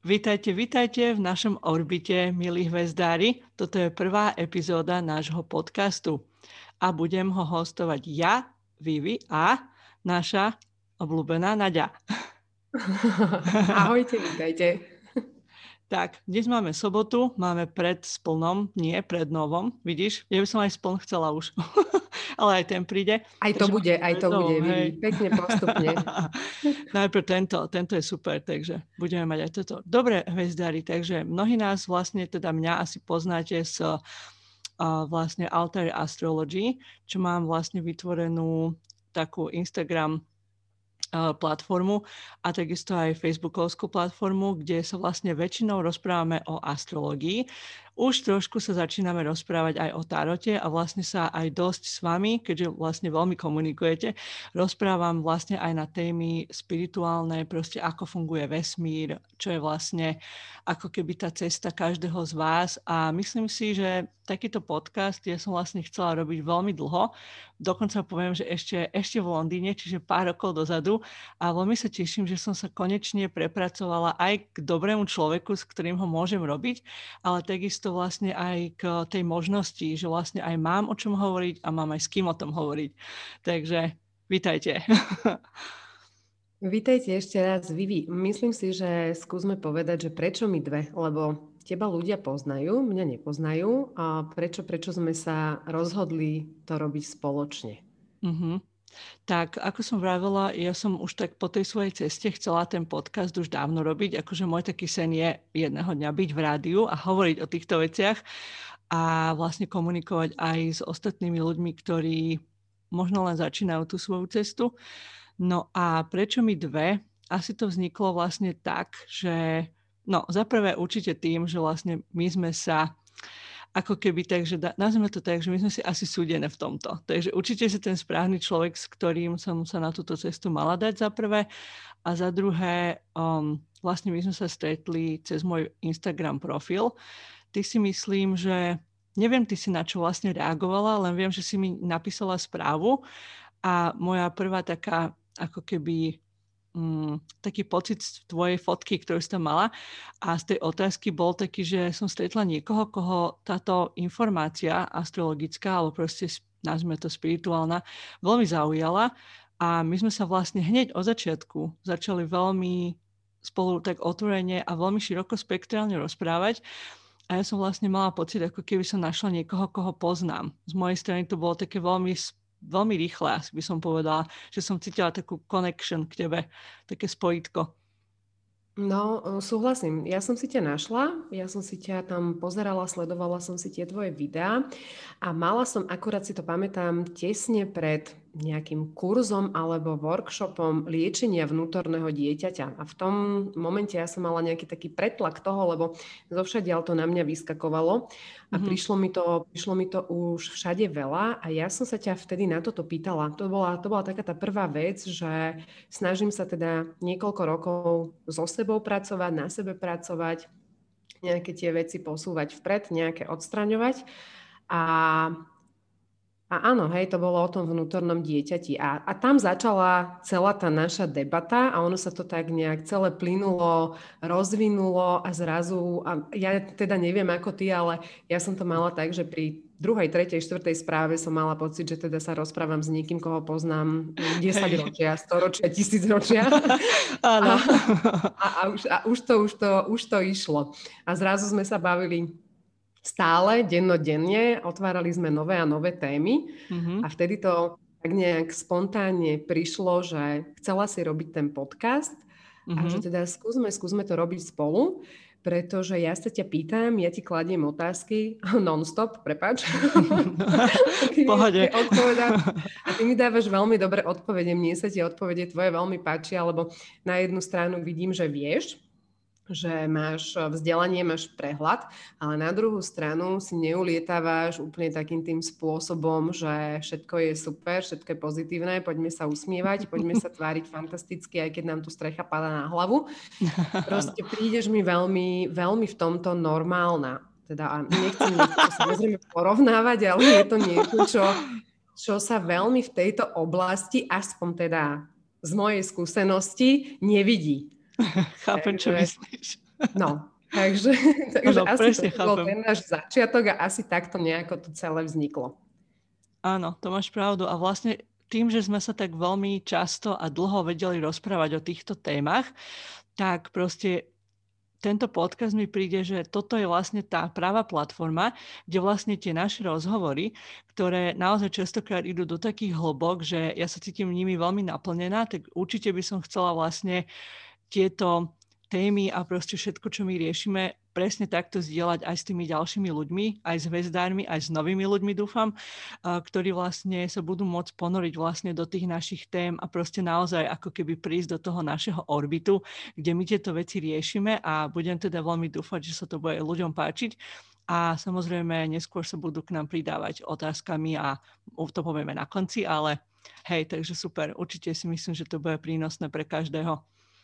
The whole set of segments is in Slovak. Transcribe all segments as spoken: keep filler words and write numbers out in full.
Vítajte, vítajte v našom orbite, milí hvezdári. Toto je prvá epizóda nášho podcastu a budem ho hostovať ja, Vivi a naša obľúbená Naďa. Ahojte, vítajte. Tak, dnes máme sobotu, máme pred splnom, nie pred novom, vidíš? Ja by som aj spln chcela už, ale aj ten príde. Aj to Takže bude, aj to no, bude, hej. Vivi. Pekne postupne. Najprv tento, tento je super, takže budeme mať aj toto. Dobre, hvezdári, takže mnohí nás vlastne, teda mňa asi poznáte z uh, vlastne Altair Astrology, čo mám vlastne vytvorenú takú Instagram platformu a takisto aj facebookovskú platformu, kde sa vlastne väčšinou rozprávame o astrológii. Už trošku sa začíname rozprávať aj o tarote a vlastne sa aj dosť s vami, keďže vlastne veľmi komunikujete, rozprávam vlastne aj na témy spirituálne, proste ako funguje vesmír, čo je vlastne ako keby tá cesta každého z vás a myslím si, že takýto podcast ja som vlastne chcela robiť veľmi dlho. Dokonca poviem, že ešte, ešte v Londýne, čiže pár rokov dozadu a veľmi sa teším, že som sa konečne prepracovala aj k dobrému človeku, s ktorým ho môžem robiť, ale takisto vlastne aj k tej možnosti, že vlastne aj mám o čom hovoriť a mám aj s kým o tom hovoriť. Takže vítajte. Vítajte ešte raz, Vivi. Myslím si, že skúsme povedať, že prečo my dve, lebo teba ľudia poznajú, mňa nepoznajú a prečo, prečo sme sa rozhodli to robiť spoločne. Uh-huh. Tak, ako som vravela, ja som už tak po tej svojej ceste chcela ten podcast už dávno robiť, akože môj taký sen je jedného dňa byť v rádiu a hovoriť o týchto veciach a vlastne komunikovať aj s ostatnými ľuďmi, ktorí možno len začínajú tú svoju cestu. No a prečo my dve? Asi to vzniklo vlastne tak, že no, zaprvé určite tým, že vlastne my sme sa ako keby tak, že nazvime to tak, že my sme si asi súdené v tomto. Takže určite si ten správny človek, s ktorým som sa na túto cestu mala dať za prvé. A za druhé, um, vlastne my sme sa stretli cez môj Instagram profil. Ty si myslím, že neviem, ty si na čo vlastne reagovala, len viem, že si mi napísala správu a moja prvá taká ako keby Mm, taký pocit z tvojej fotky, ktorú si tam mala a z tej otázky bol taký, že som stretla niekoho, koho táto informácia astrologická alebo proste nazvime to spirituálna veľmi zaujala a my sme sa vlastne hneď od začiatku začali veľmi spolu tak otvorene a veľmi širokospektrálne rozprávať a ja som vlastne mala pocit, ako keby som našla niekoho, koho poznám. Z mojej strany to bolo také veľmi veľmi rýchle, asi by som povedala, že som cítila takú connection k tebe, také spojitko. No, súhlasím. Ja som si ťa našla, ja som si ťa tam pozerala, sledovala som si tie tvoje videá a mala som, akurát si to pamätám, tesne pred nejakým kurzom alebo workshopom liečenia vnútorného dieťaťa. A v tom momente ja som mala nejaký taký pretlak toho, lebo zovšadiaľ to na mňa vyskakovalo a mm-hmm. prišlo mi to, prišlo mi to už všade veľa a ja som sa ťa vtedy na toto pýtala. To bola, to bola taká tá prvá vec, že snažím sa teda niekoľko rokov so sebou pracovať, na sebe pracovať, nejaké tie veci posúvať vpred, nejaké odstraňovať a A áno, hej, to bolo o tom vnútornom dieťati. A, a tam začala celá tá naša debata a ono sa to tak nejak celé plynulo, rozvinulo a zrazu, a ja teda neviem ako ty, ale ja som to mala tak, že pri druhej, tretej, štvrtej správe som mala pocit, že teda sa rozprávam s niekým, koho poznám desaťročia, storočia, tisícročia. Áno. A, a, už, a už, to, už, to, už to išlo. A zrazu sme sa bavili stále, dennodenne, otvárali sme nové a nové témy mm-hmm. a vtedy to tak nejak spontánne prišlo, že chcela si robiť ten podcast mm-hmm. a že teda skúsme, skúsme to robiť spolu, pretože ja sa ťa pýtam, ja ti kladiem otázky non-stop, prepáč. Pohode. A ty mi dávaš veľmi dobré odpovede, mne sa tie odpovede tvoje veľmi páčia, lebo na jednu stranu vidím, že vieš, že máš vzdelanie, máš prehľad, ale na druhú stranu si neulietávaš úplne takým tým spôsobom, že všetko je super, všetko je pozitívne, poďme sa usmievať, poďme sa tváriť fantasticky, aj keď nám tu strecha padá na hlavu. Proste prídeš mi veľmi, veľmi v tomto normálna. Teda nechcem niečo samozrejme porovnávať, ale je to niečo, čo, čo sa veľmi v tejto oblasti, aspoň teda z mojej skúsenosti, nevidí. Chápem, čo myslíš. No, takže, takže Áno, asi presne toto bol chápem. ten náš začiatok a asi takto nejako to celé vzniklo. Áno, to máš pravdu. A vlastne tým, že sme sa tak veľmi často a dlho vedeli rozprávať o týchto témach, tak proste tento podcast mi príde, že toto je vlastne tá práva platforma, kde vlastne tie naše rozhovory, ktoré naozaj častokrát idú do takých hlbok, že ja sa cítim nimi veľmi naplnená, tak určite by som chcela vlastne tieto témy a proste všetko, čo my riešime, presne takto zdieľať aj s tými ďalšími ľuďmi, aj s hvezdármi, aj s novými ľuďmi, dúfam, a ktorí vlastne sa budú môcť ponoriť vlastne do tých našich tém a proste naozaj ako keby prísť do toho našeho orbitu, kde my tieto veci riešime a budem teda veľmi dúfať, že sa to bude ľuďom páčiť. A samozrejme, neskôr sa budú k nám pridávať otázkami a to povieme na konci, ale hej, takže super. Určite si myslím, že to bude prínosné pre každého.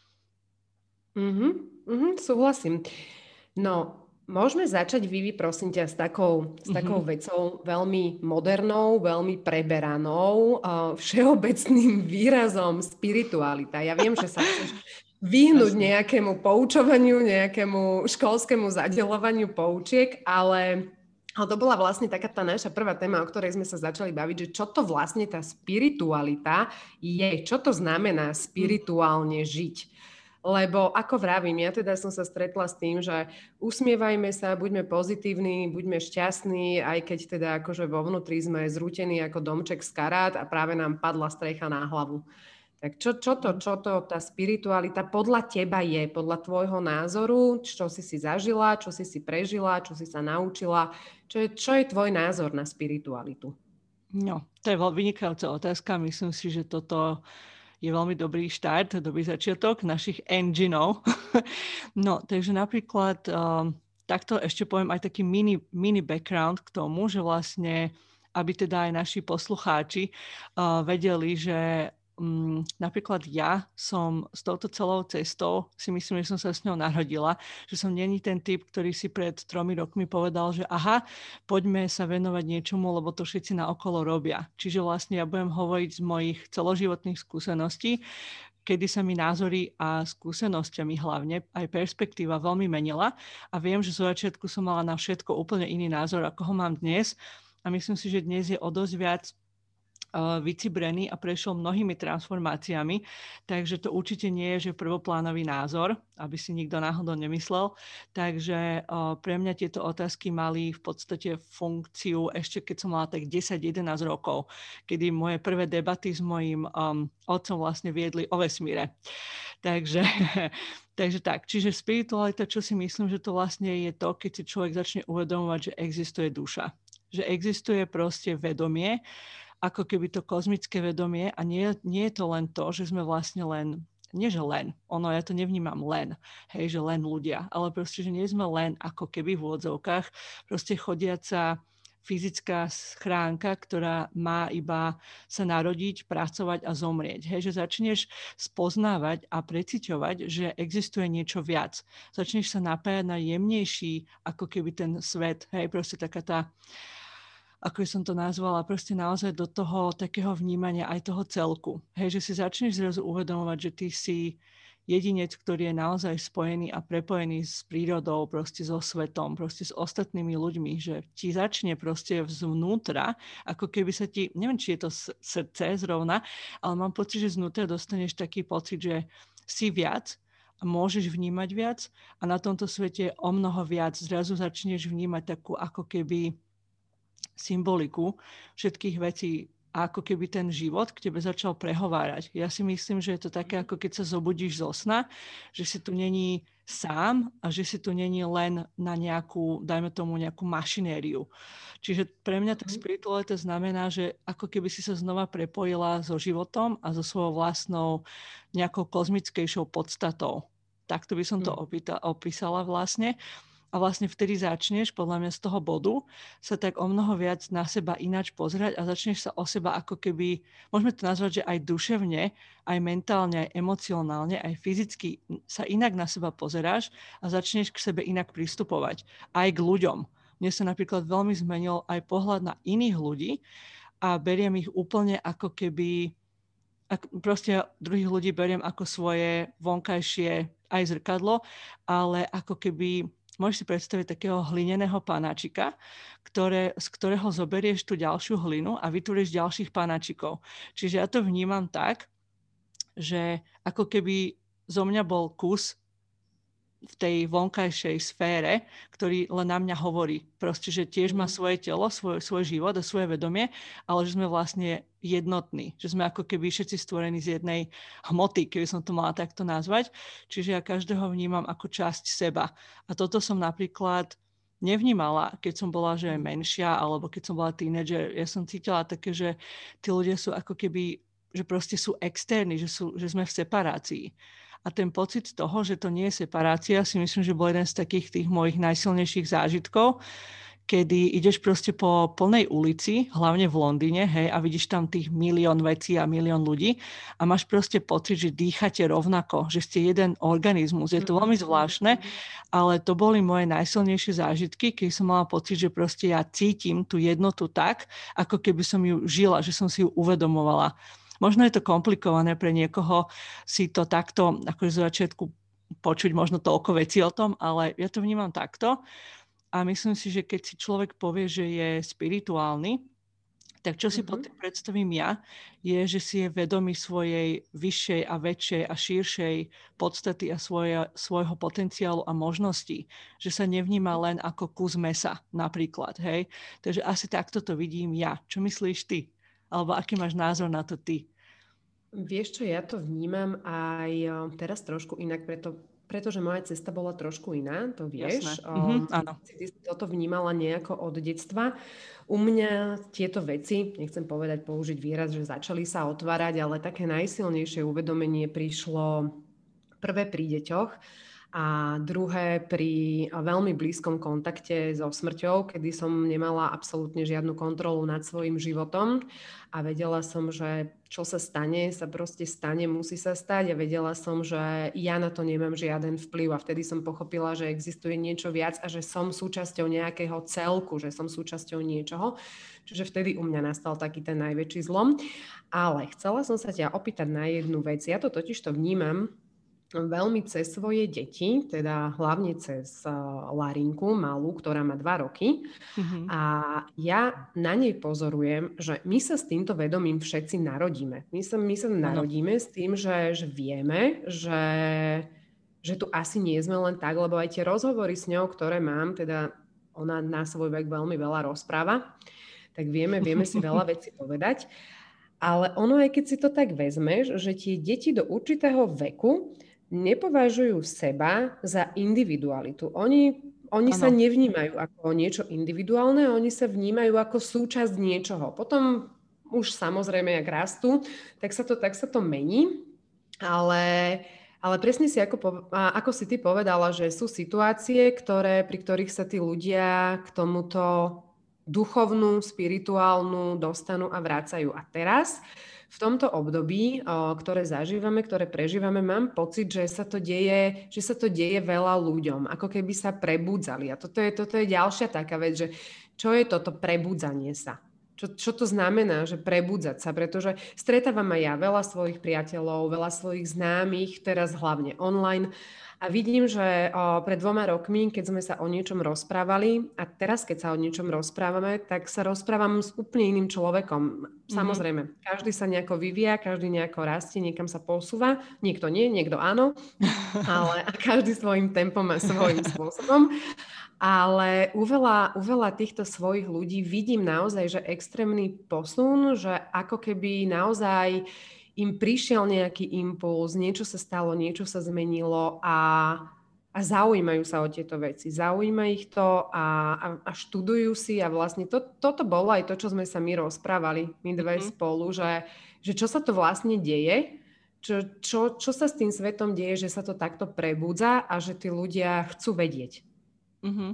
Mhm, mhm, súhlasím. No, môžeme začať, Vivi, prosím ťa, s takou, s takou Mhm. vecou veľmi modernou, veľmi preberanou, uh, všeobecným výrazom spiritualita. Ja viem, že sa chceš vyhnúť Jasne. nejakému poučovaniu, nejakému školskému zadeľovaniu poučiek, ale ale to bola vlastne taká tá naša prvá téma, o ktorej sme sa začali baviť, že čo to vlastne tá spiritualita je, čo to znamená spirituálne žiť. Lebo ako vravím, ja teda som sa stretla s tým, že usmievajme sa, buďme pozitívni, buďme šťastní, aj keď teda akože vo vnútri sme zrútení ako domček z karát a práve nám padla strecha na hlavu. Tak čo, čo to, čo to tá spiritualita podľa teba je, podľa tvojho názoru, čo si si zažila, čo si si prežila, čo si sa naučila, čo je, čo je tvoj názor na spiritualitu? No, to je veľmi vynikajúca otázka. Myslím si, že toto je veľmi dobrý štart, dobrý začiatok našich engineov. No, takže napríklad um, takto ešte poviem aj taký mini, mini background k tomu, že vlastne, aby teda aj naši poslucháči uh, vedeli, že um, napríklad ja som s touto celou cestou, si myslím, že som sa s ňou narodila, že som není ten typ, ktorý si pred tromi rokmi povedal, že aha, poďme sa venovať niečomu, lebo to všetci naokolo robia. Čiže vlastne ja budem hovoriť z mojich celoživotných skúseností, kedy sa mi názory a skúsenosťami hlavne aj perspektíva veľmi menila a viem, že zo začiatku som mala na všetko úplne iný názor, ako ho mám dnes a myslím si, že dnes je o dosť viac vycibrený a prešiel mnohými transformáciami, takže to určite nie je, že prvoplánový názor, aby si nikto náhodou nemyslel. Takže pre mňa tieto otázky mali v podstate funkciu ešte keď som mala tak desať jedenásť rokov, kedy moje prvé debaty s mojím um, otcom vlastne viedli o vesmíre. Takže, takže tak, čiže spiritualita, čo si myslím, že to vlastne je to, keď si človek začne uvedomovať, že existuje duša. Že existuje proste vedomie, ako keby to kozmické vedomie a nie, nie je to len to, že sme vlastne len, nie že len, ono ja to nevnímam len, hej, že len ľudia, ale proste, že nie sme len ako keby v úvodzovkách proste chodiaca fyzická schránka, ktorá má iba sa narodiť, pracovať a zomrieť. Hej, že začneš spoznávať a preciťovať, že existuje niečo viac. Začneš sa napájať na jemnejší, ako keby ten svet, hej, proste taká tá ako som to nazvala, proste naozaj do toho takého vnímania aj toho celku. Hej, že si začneš zrazu uvedomovať, že ty si jedinec, ktorý je naozaj spojený a prepojený s prírodou, proste so svetom, proste s ostatnými ľuďmi, že ti začne proste zvnútra, ako keby sa ti, neviem, či je to srdce zrovna, ale mám pocit, že znútra dostaneš taký pocit, že si viac, a môžeš vnímať viac a na tomto svete o mnoho viac. Zrazu začneš vnímať takú ako keby symboliku všetkých vecí, ako keby ten život k tebe začal prehovárať. Ja si myslím, že je to také, ako keď sa zobudíš zo sna, že si tu není sám a že si tu není len na nejakú, dajme tomu, nejakú mašinériu. Čiže pre mňa tá spiritualita znamená, že ako keby si sa znova prepojila so životom a so svojou vlastnou nejakou kozmickejšou podstatou. Takto by som to opýta, opísala vlastne. A vlastne vtedy začneš, podľa mňa z toho bodu, sa tak o mnoho viac na seba ináč pozerať a začneš sa o seba ako keby, môžeme to nazvať, že aj duševne, aj mentálne, aj emocionálne, aj fyzicky sa inak na seba pozeráš a začneš k sebe inak pristupovať. Aj k ľuďom. Mne sa napríklad veľmi zmenil aj pohľad na iných ľudí a beriem ich úplne ako keby ak proste druhých ľudí beriem ako svoje vonkajšie aj zrkadlo, ale ako keby, môžeš si predstaviť takého hlineného panáčika, ktoré, z ktorého zoberieš tú ďalšiu hlinu a vytvoríš ďalších panáčikov. Čiže ja to vnímam tak, že ako keby zo mňa bol kus v tej vonkajšej sfére, ktorý len na mňa hovorí. Proste, že tiež má svoje telo, svoj, svoj život a svoje vedomie, ale že sme vlastne jednotní. Že sme ako keby všetci stvorení z jednej hmoty, keby som to mala takto nazvať. Čiže ja každého vnímam ako časť seba. A toto som napríklad nevnímala, keď som bola že menšia, alebo keď som bola tínedžer. Ja som cítila také, že tí ľudia sú ako keby, že proste sú externí, že, sú, že sme v separácii. A ten pocit toho, že to nie je separácia, si myslím, že bol jeden z takých tých mojich najsilnejších zážitkov, kedy ideš proste po plnej ulici, hlavne v Londýne, hej, a vidíš tam tých milión vecí a milión ľudí a máš proste pocit, že dýchate rovnako, že ste jeden organizmus. Je to veľmi zvláštne, ale to boli moje najsilnejšie zážitky, keď som mala pocit, že proste ja cítim tú jednotu tak, ako keby som ju žila, že som si ju uvedomovala. Možno je to komplikované pre niekoho si to takto akože z začiatku počuť možno toľko vecí o tom, ale ja to vnímam takto a myslím si, že keď si človek povie, že je spirituálny, tak čo si mm-hmm. potom predstavím ja, je, že si je vedomý svojej vyššej a väčšej a širšej podstaty a svoje, svojho potenciálu a možností. Že sa nevníma len ako kus mesa napríklad. Hej? Takže asi takto to vidím ja. Čo myslíš ty? Alebo aký máš názor na to ty? Vieš čo, ja to vnímam aj teraz trošku inak, preto, pretože moja cesta bola trošku iná, to vieš. Um, áno. Si ty toto vnímala nejako od detstva. U mňa tieto veci, nechcem povedať, použiť výraz, že začali sa otvárať, ale také najsilnejšie uvedomenie prišlo prvé pri deťoch a druhé pri veľmi blízkom kontakte so smrťou, kedy som nemala absolútne žiadnu kontrolu nad svojim životom a vedela som, že čo sa stane, sa proste stane, musí sa stať a vedela som, že ja na to nemám žiaden vplyv a vtedy som pochopila, že existuje niečo viac a že som súčasťou nejakého celku, že som súčasťou niečoho. Čiže vtedy u mňa nastal taký ten najväčší zlom. Ale chcela som sa ťa opýtať na jednu vec. Ja to totiž to vnímam veľmi cez svoje deti, teda hlavne cez uh, Larinku, malú, ktorá má dva roky. Mm-hmm. A ja na nej pozorujem, že my sa s týmto vedomím všetci narodíme. My sa, my sa narodíme s tým, že, že vieme, že, že tu asi nie sme len tak, lebo aj tie rozhovory s ňou, ktoré mám, teda ona na svoj vek veľmi veľa rozpráva, tak vieme, vieme si veľa vecí povedať. Ale ono, aj keď si to tak vezmeš, že tie deti do určitého veku nepovažujú seba za individualitu. Oni, oni sa nevnímajú ako niečo individuálne, oni sa vnímajú ako súčasť niečoho. Potom už samozrejme, jak rastú, tak sa to, tak sa to mení. Ale, ale presne si, ako, ako si ty povedala, že sú situácie, ktoré, pri ktorých sa tí ľudia k tomuto duchovnú, spirituálnu dostanú a vrácajú. A teraz v tomto období, ktoré zažívame, ktoré prežívame, mám pocit, že sa to deje, že sa to deje veľa ľuďom, ako keby sa prebudzali. A toto je, toto je ďalšia taká vec, že čo je toto prebudzanie sa? Čo, čo to znamená, že prebudzať sa? Pretože stretávam aj ja veľa svojich priateľov, veľa svojich známych, teraz hlavne online. A vidím, že o, pred dvoma rokmi, keď sme sa o niečom rozprávali, a teraz, keď sa o niečom rozprávame, tak sa rozprávam s úplne iným človekom. Samozrejme, mm-hmm. každý sa nejako vyvíja, každý nejako rastie, niekam sa posúva. Niekto nie, niekto áno, ale každý svojím tempom a svojím spôsobom. Ale u veľa, u veľa týchto svojich ľudí vidím naozaj, že extrémny posun, že ako keby naozaj im prišiel nejaký impuls, niečo sa stalo, niečo sa zmenilo a, a zaujímajú sa o tieto veci. Zaujíma ich to a, a, a študujú si a vlastne to, toto bolo aj to, čo sme sa my rozprávali, my dve mm-hmm. spolu, že, že čo sa to vlastne deje, čo, čo, čo sa s tým svetom deje, že sa to takto prebudza a že tí ľudia chcú vedieť. Mm-hmm.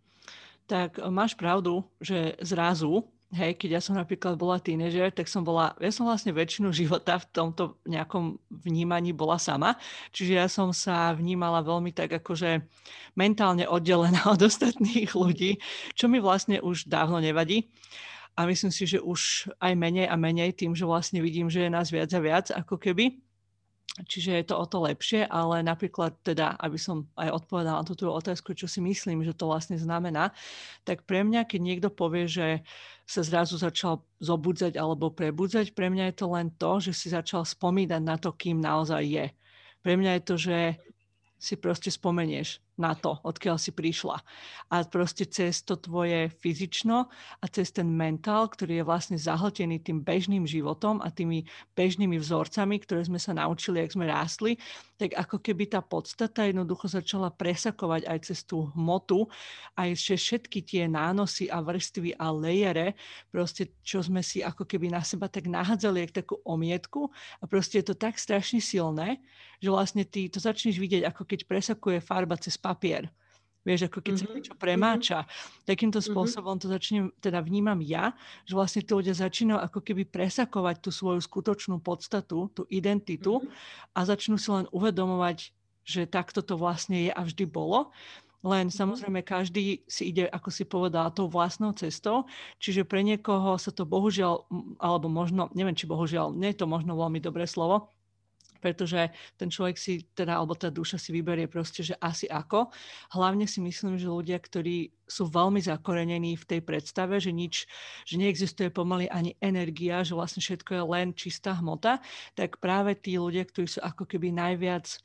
Tak máš pravdu, že zrazu, hej, keď ja som napríklad bola tínežer, tak som bola, ja som vlastne väčšinu života v tomto nejakom vnímaní bola sama, čiže ja som sa vnímala veľmi tak akože mentálne oddelená od ostatných ľudí, čo mi vlastne už dávno nevadí. A myslím si, že už aj menej a menej tým, že vlastne vidím, že je nás viac a viac ako keby. Čiže je to o to lepšie, ale napríklad teda, aby som aj odpovedala na tú tvoju otázku, čo si myslím, že to vlastne znamená, tak pre mňa, keď niekto povie, že sa zrazu začal zobudzať alebo prebudzať, pre mňa je to len to, že si začal spomínať na to, kým naozaj je. Pre mňa je to, že si proste spomenieš na to, odkiaľ si prišla. A proste cez to tvoje fyzično a cez ten mentál, ktorý je vlastne zahltený tým bežným životom a tými bežnými vzorcami, ktoré sme sa naučili, ak sme rástli, tak ako keby tá podstata jednoducho začala presakovať aj cez tú hmotu, aj cez všetky tie nánosy a vrstvy a lejere, proste čo sme si ako keby na seba tak nahádzali, jak takú omietku a proste je to tak strašne silné, že vlastne ty to začneš vidieť, ako keď presakuje farba cez papier. Vieš, ako keď sa Mhm, niečo mhm, premáča. Takýmto mhm, spôsobom to začnem, teda vnímam ja, že vlastne tí ľudia začínajú ako keby presakovať tú svoju skutočnú podstatu, tú identitu mhm, a začnú si len uvedomovať, že takto to vlastne je a vždy bolo. Len mhm, samozrejme každý si ide, ako si povedala, tou vlastnou cestou. Čiže pre niekoho sa to bohužiaľ, m, alebo možno, neviem, či bohužiaľ, nie je to možno veľmi dobré slovo, pretože ten človek si, teda, alebo tá duša si vyberie proste, že asi ako. Hlavne si myslím, že ľudia, ktorí sú veľmi zakorenení v tej predstave, že nič, že neexistuje pomaly ani energia, že vlastne všetko je len čistá hmota, tak práve tí ľudia, ktorí sú ako keby najviac,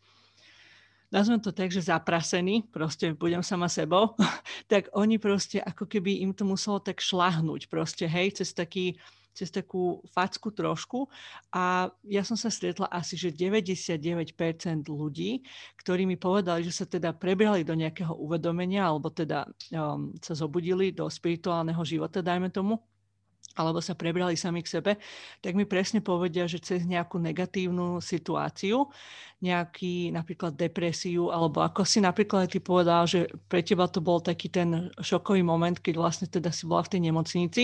nazvem to tak, že zaprasení, proste budem sama sebou, tak oni proste ako keby im to muselo tak šľahnúť proste, hej, cez taký, cez takú facku trošku. A ja som sa stretla asi, že deväťdesiatdeväť percent ľudí, ktorí mi povedali, že sa teda prebrali do nejakého uvedomenia, alebo teda um, sa zobudili do spirituálneho života, dajme tomu, alebo sa prebrali sami k sebe, tak mi presne povedia, že cez nejakú negatívnu situáciu, nejaký napríklad depresiu, alebo ako si napríklad ty povedal, že pre teba to bol taký ten šokový moment, keď vlastne teda si bola v tej nemocnici.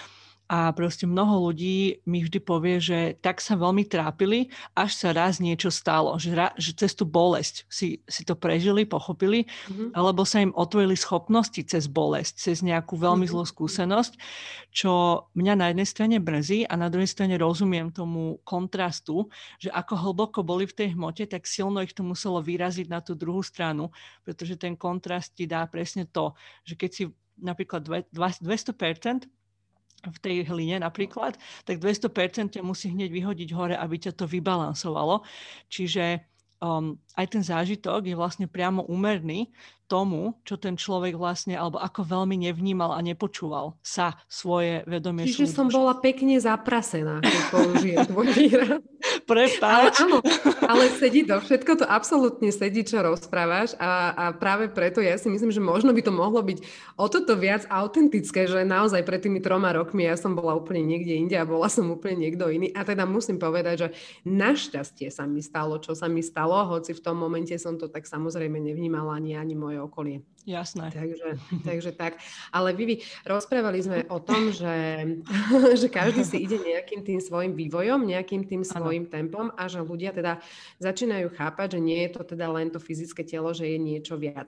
A proste mnoho ľudí mi vždy povie, že tak sa veľmi trápili, až sa raz niečo stalo. Že, ra, že cez tú bolesť si, si to prežili, pochopili, mhm, alebo sa im otvorili schopnosti cez bolesť, cez nejakú veľmi mhm, zlú skúsenosť, čo mňa na jednej strane mrzí a na druhej strane rozumiem tomu kontrastu, že ako hlboko boli v tej hmote, tak silno ich to muselo vyraziť na tú druhú stranu, pretože ten kontrast ti dá presne to, že keď si napríklad dvesto percent v tej hline napríklad, tak dvesto percent ťa musí hneď vyhodiť hore, aby ťa to vybalansovalo. Čiže um, aj ten zážitok je vlastne priamo úmerný tomu, čo ten človek vlastne, alebo ako veľmi nevnímal a nepočúval sa, svoje vedomie, Čiže svoju som dušu. bola pekne zaprasená, keď použijem tvoj výraz. Ale Prepáč. áno, ale sedí to, všetko to absolútne sedí, čo rozprávaš a, a práve preto ja si myslím, že možno by to mohlo byť o toto viac autentické, že naozaj pred tými troma rokmi ja som bola úplne niekde inde a bola som úplne niekto iný. A teda musím povedať, že našťastie sa mi stalo, čo sa mi stalo, hoci v tom momente som to tak samozrejme nevnímala ani, ani moje okolie. Jasné. Takže, takže tak. Ale Vivi, rozprávali sme o tom, že, že každý si ide nejakým tým svojim vývojom, nejakým tým svojim tempom a že ľudia teda začínajú chápať, že nie je to teda len to fyzické telo, že je niečo viac.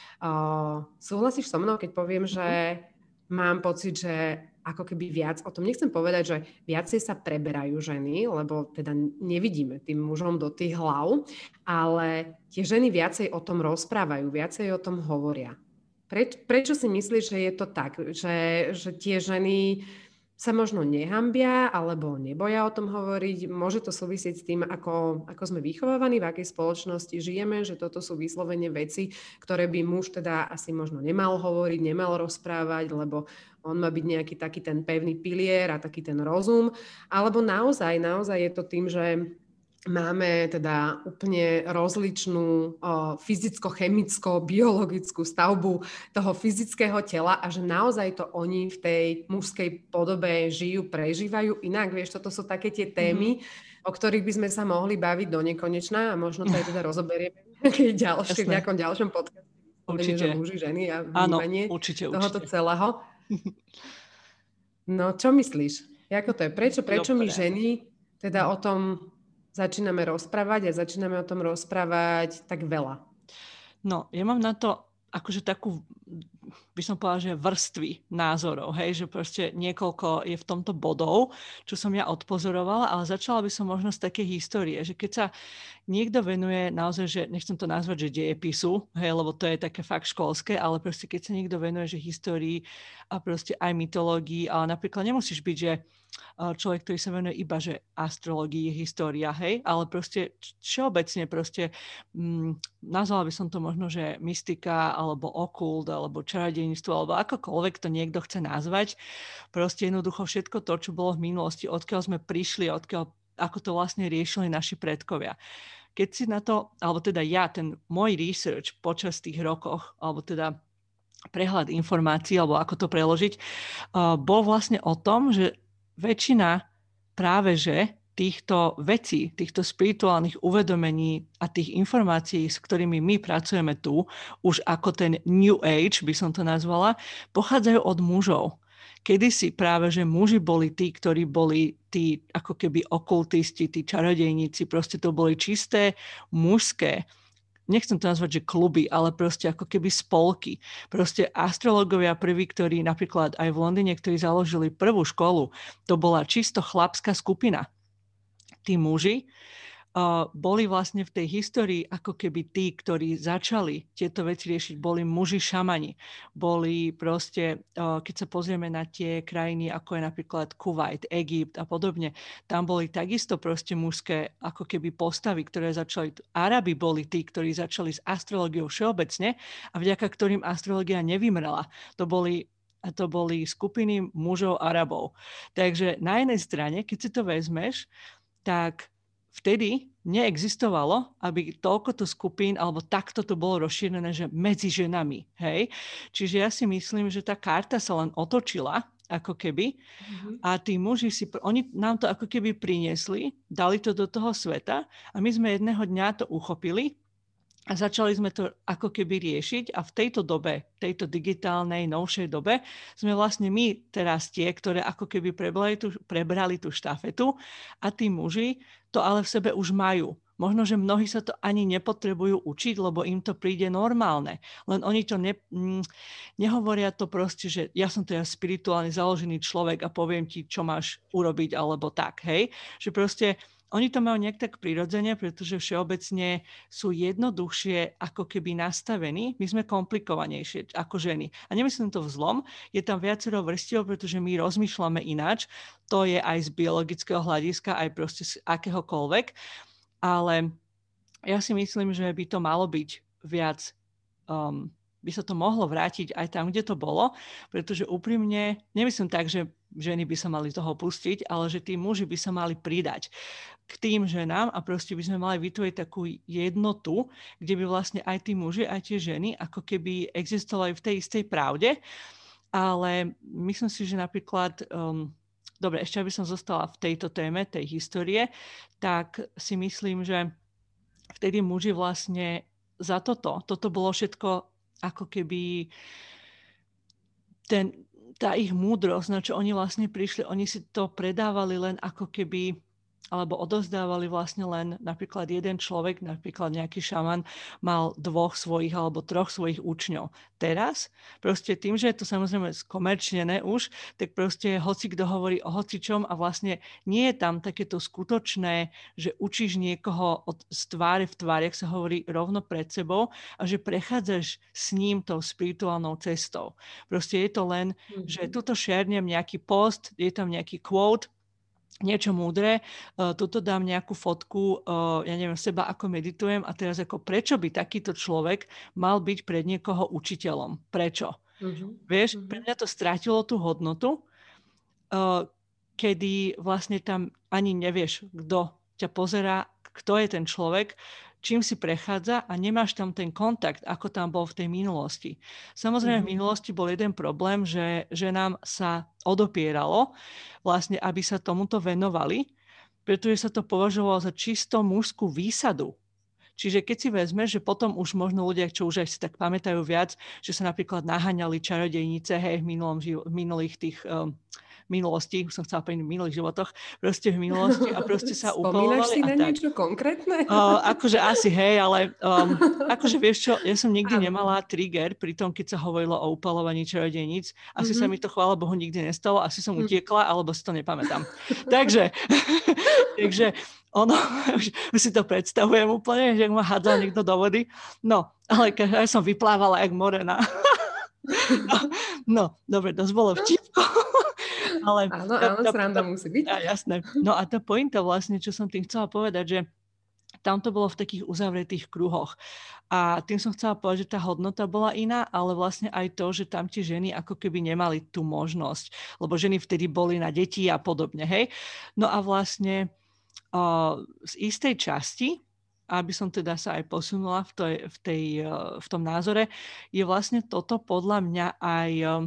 Uh, súhlasíš so mnou, keď poviem, že mám pocit, že ako keby viac, o tom nechcem povedať, že viacej sa preberajú ženy, lebo teda nevidíme tým mužom do tých hlav, ale tie ženy viacej o tom rozprávajú, viacej o tom hovoria. Preč, prečo si myslíš, že je to tak? Že, že tie ženy sa možno nehambia alebo neboja o tom hovoriť? Môže to súvisieť s tým, ako, ako sme vychovávaní, v akej spoločnosti žijeme, že toto sú vyslovene veci, ktoré by muž teda asi možno nemal hovoriť, nemal rozprávať, lebo on má byť nejaký taký ten pevný pilier a taký ten rozum. Alebo naozaj, naozaj je to tým, že máme teda úplne rozličnú o, fyzicko-chemicko-biologickú stavbu toho fyzického tela a že naozaj to oni v tej mužskej podobe žijú, prežívajú inak. Vieš, toto sú také tie témy, mm-hmm. o ktorých by sme sa mohli baviť do nekonečna a možno to aj teda rozoberieme v ďalšie, v nejakom ďalšom podcaste. Určite. Že muži, ženy a vnímanie Áno, určite, tohoto určite. celého. No, čo myslíš? Ako to je? Prečo, prečo my ženy teda o tom začíname rozprávať a začíname o tom rozprávať tak veľa? No, ja mám na to akože takú by som povedala, že vrstvy názorov, hej, že proste niekoľko je v tomto bodov, čo som ja odpozorovala, ale začala by som možno z takej histórie, že keď sa niekto venuje naozaj, že nechcem to nazvať, že dejepisu, hej, lebo to je také fakt školské, ale proste keď sa niekto venuje, že histórii a proste aj mytológii, ale napríklad nemusíš byť, že človek, ktorý sa venuje iba, že astrológii, história, hej, ale proste všeobecne proste, mm, nazvala by som to možno, že mystika, alebo okult, alebo čarodejníctvo, alebo akokoľvek to niekto chce nazvať, proste jednoducho všetko to, čo bolo v minulosti, odkiaľ sme prišli, odkiaľ, ako to vlastne riešili naši predkovia. Keď si na to, alebo teda ja, ten môj research počas tých rokoch, alebo teda prehľad informácií, alebo ako to preložiť, uh, bol vlastne o tom, že väčšina práve že týchto vecí, týchto spirituálnych uvedomení a tých informácií, s ktorými my pracujeme tu, už ako ten New Age, by som to nazvala, pochádzajú od mužov. Kedysi práve, že muži boli tí, ktorí boli tí ako keby okultisti, tí čarodejníci, proste to boli čisté mužské, nechcem to nazvať, že kluby, ale proste ako keby spolky. Proste astrologovia prví, ktorí napríklad aj v Londýne, ktorí založili prvú školu, to bola čisto chlapská skupina. Tí muži uh, boli vlastne v tej histórii ako keby tí, ktorí začali tieto veci riešiť, boli muži šamani. Boli proste, uh, keď sa pozrieme na tie krajiny, ako je napríklad Kuvajt, Egypt a podobne, tam boli takisto proste mužské ako keby postavy, ktoré začali, Arabi boli tí, ktorí začali s astrológiou všeobecne a vďaka ktorým astrológia nevymrela. To boli a to boli skupiny mužov Arabov. Takže na jednej strane, keď si to vezmeš, tak vtedy neexistovalo, aby toľkoto skupín, alebo takto to bolo rozšírené, že medzi ženami. Hej? Čiže ja si myslím, že tá karta sa len otočila, ako keby, mm-hmm. a tí muži si, oni nám to ako keby priniesli, dali to do toho sveta a my sme jedného dňa to uchopili a začali sme to ako keby riešiť a v tejto dobe, tejto digitálnej, novšej dobe, sme vlastne my teraz tie, ktoré ako keby prebrali tú, prebrali tú štafetu a tí muži to ale v sebe už majú. Možno, že mnohí sa to ani nepotrebujú učiť, lebo im to príde normálne. Len oni to ne, mm, nehovoria to proste, že ja som teda spirituálne založený človek a poviem ti, čo máš urobiť, alebo tak, hej? Že proste oni to majú nejak tak prirodzene, pretože všeobecne sú jednoduchšie ako keby nastavení. My sme komplikovanejšie ako ženy. A nemyslím to v zlom, je tam viacero vrstiev, pretože my rozmýšľame ináč. To je aj z biologického hľadiska, aj proste z akéhokoľvek. Ale ja si myslím, že by to malo byť viac, um, by sa to mohlo vrátiť aj tam, kde to bolo, pretože úprimne, nemyslím tak, že ženy by sa mali toho pustiť, ale že tí muži by sa mali pridať k tým ženám a proste by sme mali vytvoriť takú jednotu, kde by vlastne aj tí muži, aj tie ženy ako keby existovali v tej istej pravde, ale myslím si, že napríklad, um, dobre, ešte aby som zostala v tejto téme, tej histórie, tak si myslím, že vtedy muži vlastne za toto, toto bolo všetko ako keby ten, tá ich múdrosť, na čo oni vlastne prišli, oni si to predávali len ako keby, alebo odovzdávali vlastne len napríklad jeden človek, napríklad nejaký šaman mal dvoch svojich alebo troch svojich učňov. Teraz proste tým, že je to samozrejme skomerčnené už, tak proste hoci kto hovorí o hocičom a vlastne nie je tam takéto skutočné, že učíš niekoho od, z tváre v tvári, ak sa hovorí rovno pred sebou a že prechádzaš s ním tou spirituálnou cestou. Proste je to len, mm-hmm. že tuto šernem nejaký post, je tam nejaký quote, niečo múdre, uh, tuto dám nejakú fotku, uh, ja neviem, seba ako meditujem a teraz ako prečo by takýto človek mal byť pred niekoho učiteľom? Prečo? Uh-huh. Vieš, uh-huh. pre mňa to strátilo tú hodnotu, uh, kedy vlastne tam ani nevieš, kto ťa pozerá, kto je ten človek, čím si prechádza a nemáš tam ten kontakt, ako tam bol v tej minulosti. Samozrejme, mm-hmm. v minulosti bol jeden problém, že, že nám sa odopieralo, vlastne, aby sa tomuto venovali, pretože sa to považovalo za čisto mužskú výsadu. Čiže keď si vezmeš, že potom už možno ľudia, čo už aj si tak pamätajú viac, že sa napríklad naháňali čarodejnice, hej, v, minulom, v minulých tých um, minulosti, už som chcela povedať v minulých životoch, proste v minulosti a proste sa Spomínaš upalovali si a na tak. niečo konkrétne? Uh, akože asi hej, ale um, akože vieš čo, ja som nikdy nemala trigger pri tom, keď sa hovorilo o upalovaní čarodejníc. Asi mm-hmm. sa mi to, chvála Bohu, nikdy nestalo. Asi som utiekla, alebo si to nepamätám. takže, takže ono, už, už si to predstavujem úplne, že ma hádzal niekto do vody. No, ale ja som vyplávala jak morená. no, no, dobre, to bolo vtipko. Ale, áno, áno, to, sranda to, musí byť. A, jasné. No a tá pointa vlastne, čo som tým chcela povedať, že tam to bolo v takých uzavretých kruhoch. A tým som chcela povedať, že tá hodnota bola iná, ale vlastne aj to, že tam tie ženy ako keby nemali tú možnosť, lebo ženy vtedy boli na deti a podobne, hej. No a vlastne uh, z istej časti, aby som teda sa aj posunula v, tej, v, tej, uh, v tom názore, je vlastne toto podľa mňa aj um,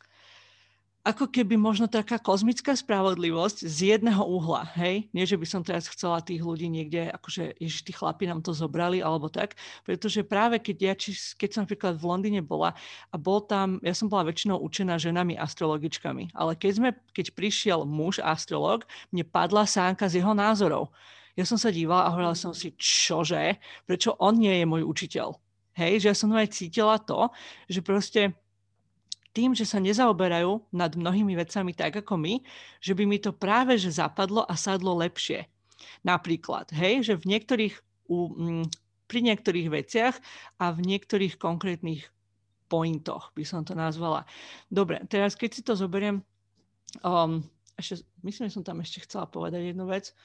ako keby možno taká kozmická spravodlivosť z jedného uhla, hej? Nie, že by som teraz chcela tých ľudí niekde, akože ježiš, tí chlapi nám to zobrali, alebo tak, pretože práve keď ja, či, keď som napríklad v Londýne bola a bol tam, ja som bola väčšinou učená ženami astrologičkami, ale keď sme, keď prišiel muž astrolog, mne padla sánka z jeho názorov. Ja som sa dívala a hovorila som si, čože? Prečo on nie je môj učiteľ? Hej, že ja som aj cítila to, že proste tým, že sa nezaoberajú nad mnohými vecami tak ako my, že by mi to práve že zapadlo a sadlo lepšie. Napríklad, hej, že v niektorých, um, pri niektorých veciach a v niektorých konkrétnych pointoch by som to nazvala. Dobre, teraz keď si to zoberiem, um, ešte, myslím, že som tam ešte chcela povedať jednu vec,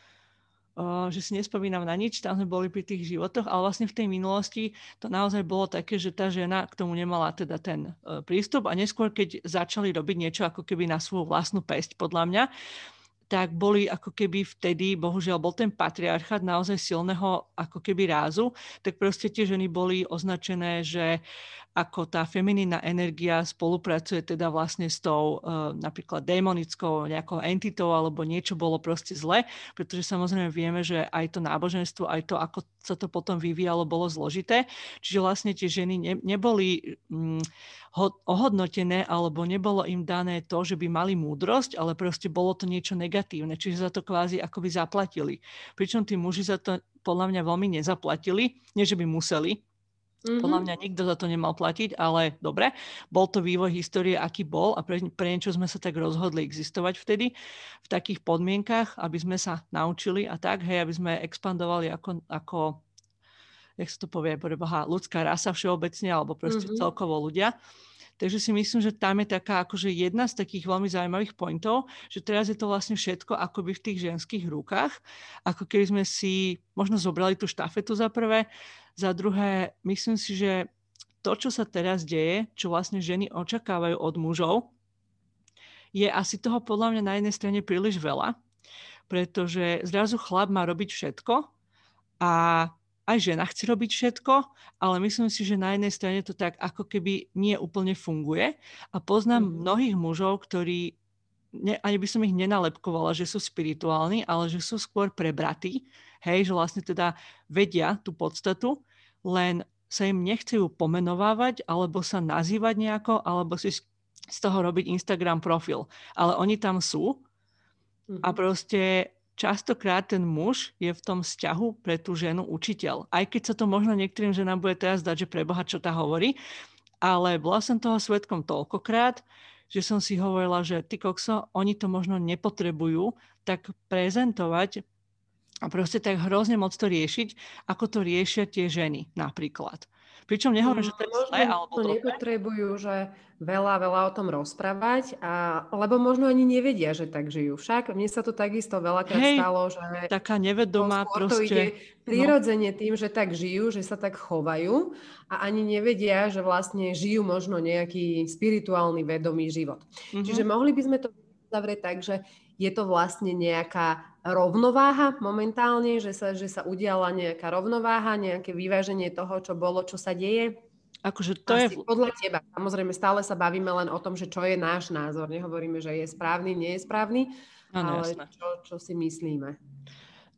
Uh, že si nespomínam na nič, tam sme boli pri tých životoch, ale vlastne v tej minulosti to naozaj bolo také, že tá žena k tomu nemala teda ten uh, prístup a neskôr, keď začali robiť niečo ako keby na svoju vlastnú päsť, podľa mňa, tak boli ako keby vtedy, bohužiaľ bol ten patriarchát naozaj silného ako keby rázu, tak proste tie ženy boli označené, že ako tá feminínna energia spolupracuje teda vlastne s tou uh, napríklad démonickou nejakou entitou alebo niečo bolo proste zle, pretože samozrejme vieme, že aj to náboženstvo, aj to, ako sa to potom vyvíjalo, bolo zložité. Čiže vlastne tie ženy ne, neboli um, ho, ohodnotené alebo nebolo im dané to, že by mali múdrosť, ale proste bolo to niečo negatívne, čiže za to kvázi akoby zaplatili. Pričom tí muži za to podľa mňa veľmi nezaplatili, nie že by museli. Mm-hmm. Podľa mňa nikto za to nemal platiť, ale dobre, bol to vývoj histórie, aký bol a pre, pre niečo sme sa tak rozhodli existovať vtedy v takých podmienkach, aby sme sa naučili a tak, hej, aby sme expandovali ako, ako jak sa to povie, boha, ľudská rasa všeobecne, alebo proste mm-hmm. celkovo ľudia. Takže si myslím, že tam je taká akože jedna z takých veľmi zaujímavých pointov, že teraz je to vlastne všetko akoby v tých ženských rukách, ako keby sme si možno zobrali tú štafetu za prvé, za druhé, myslím si, že to, čo sa teraz deje, čo vlastne ženy očakávajú od mužov, je asi toho podľa mňa na jednej strane príliš veľa, pretože zrazu chlap má robiť všetko a aj žena chce robiť všetko, ale myslím si, že na jednej strane to tak ako keby nie úplne funguje. A poznám mm. mnohých mužov, ktorí, ne, ani by som ich nenalepkovala, že sú spirituálni, ale že sú skôr prebratí. Hej, že vlastne teda vedia tú podstatu, len sa im nechcejú pomenovávať, alebo sa nazývať nejako, alebo si z toho robiť Instagram profil. Ale oni tam sú mm. a proste častokrát ten muž je v tom vzťahu pre tú ženu učiteľ. Aj keď sa to možno niektorým ženám bude teraz dať, že preboha, čo tá hovorí, ale bola som toho svedkom toľkokrát, že som si hovorila, že ty kokso, oni to možno nepotrebujú tak prezentovať a proste tak hrozne moc to riešiť, ako to riešia tie ženy napríklad. Pričom nehovorím, že to je zlé, alebo to nepotrebujú, že veľa, veľa o tom rozprávať, a, lebo možno ani nevedia, že tak žijú. Však mne sa to takisto veľakrát Hej, stalo, že taká nevedomá to proste. ide prirodzene no. tým, že tak žijú, že sa tak chovajú a ani nevedia, že vlastne žijú možno nejaký spirituálny, vedomý život. Mm-hmm. Čiže mohli by sme to zavrieť tak, že je to vlastne nejaká rovnováha momentálne, že sa, že sa udiala nejaká rovnováha, nejaké vyváženie toho, čo bolo, čo sa deje? Akože to Asi je... podľa teba. Samozrejme, stále sa bavíme len o tom, že čo je náš názor. Nehovoríme, že je správny, nie je správny, ano, ale čo, čo si myslíme.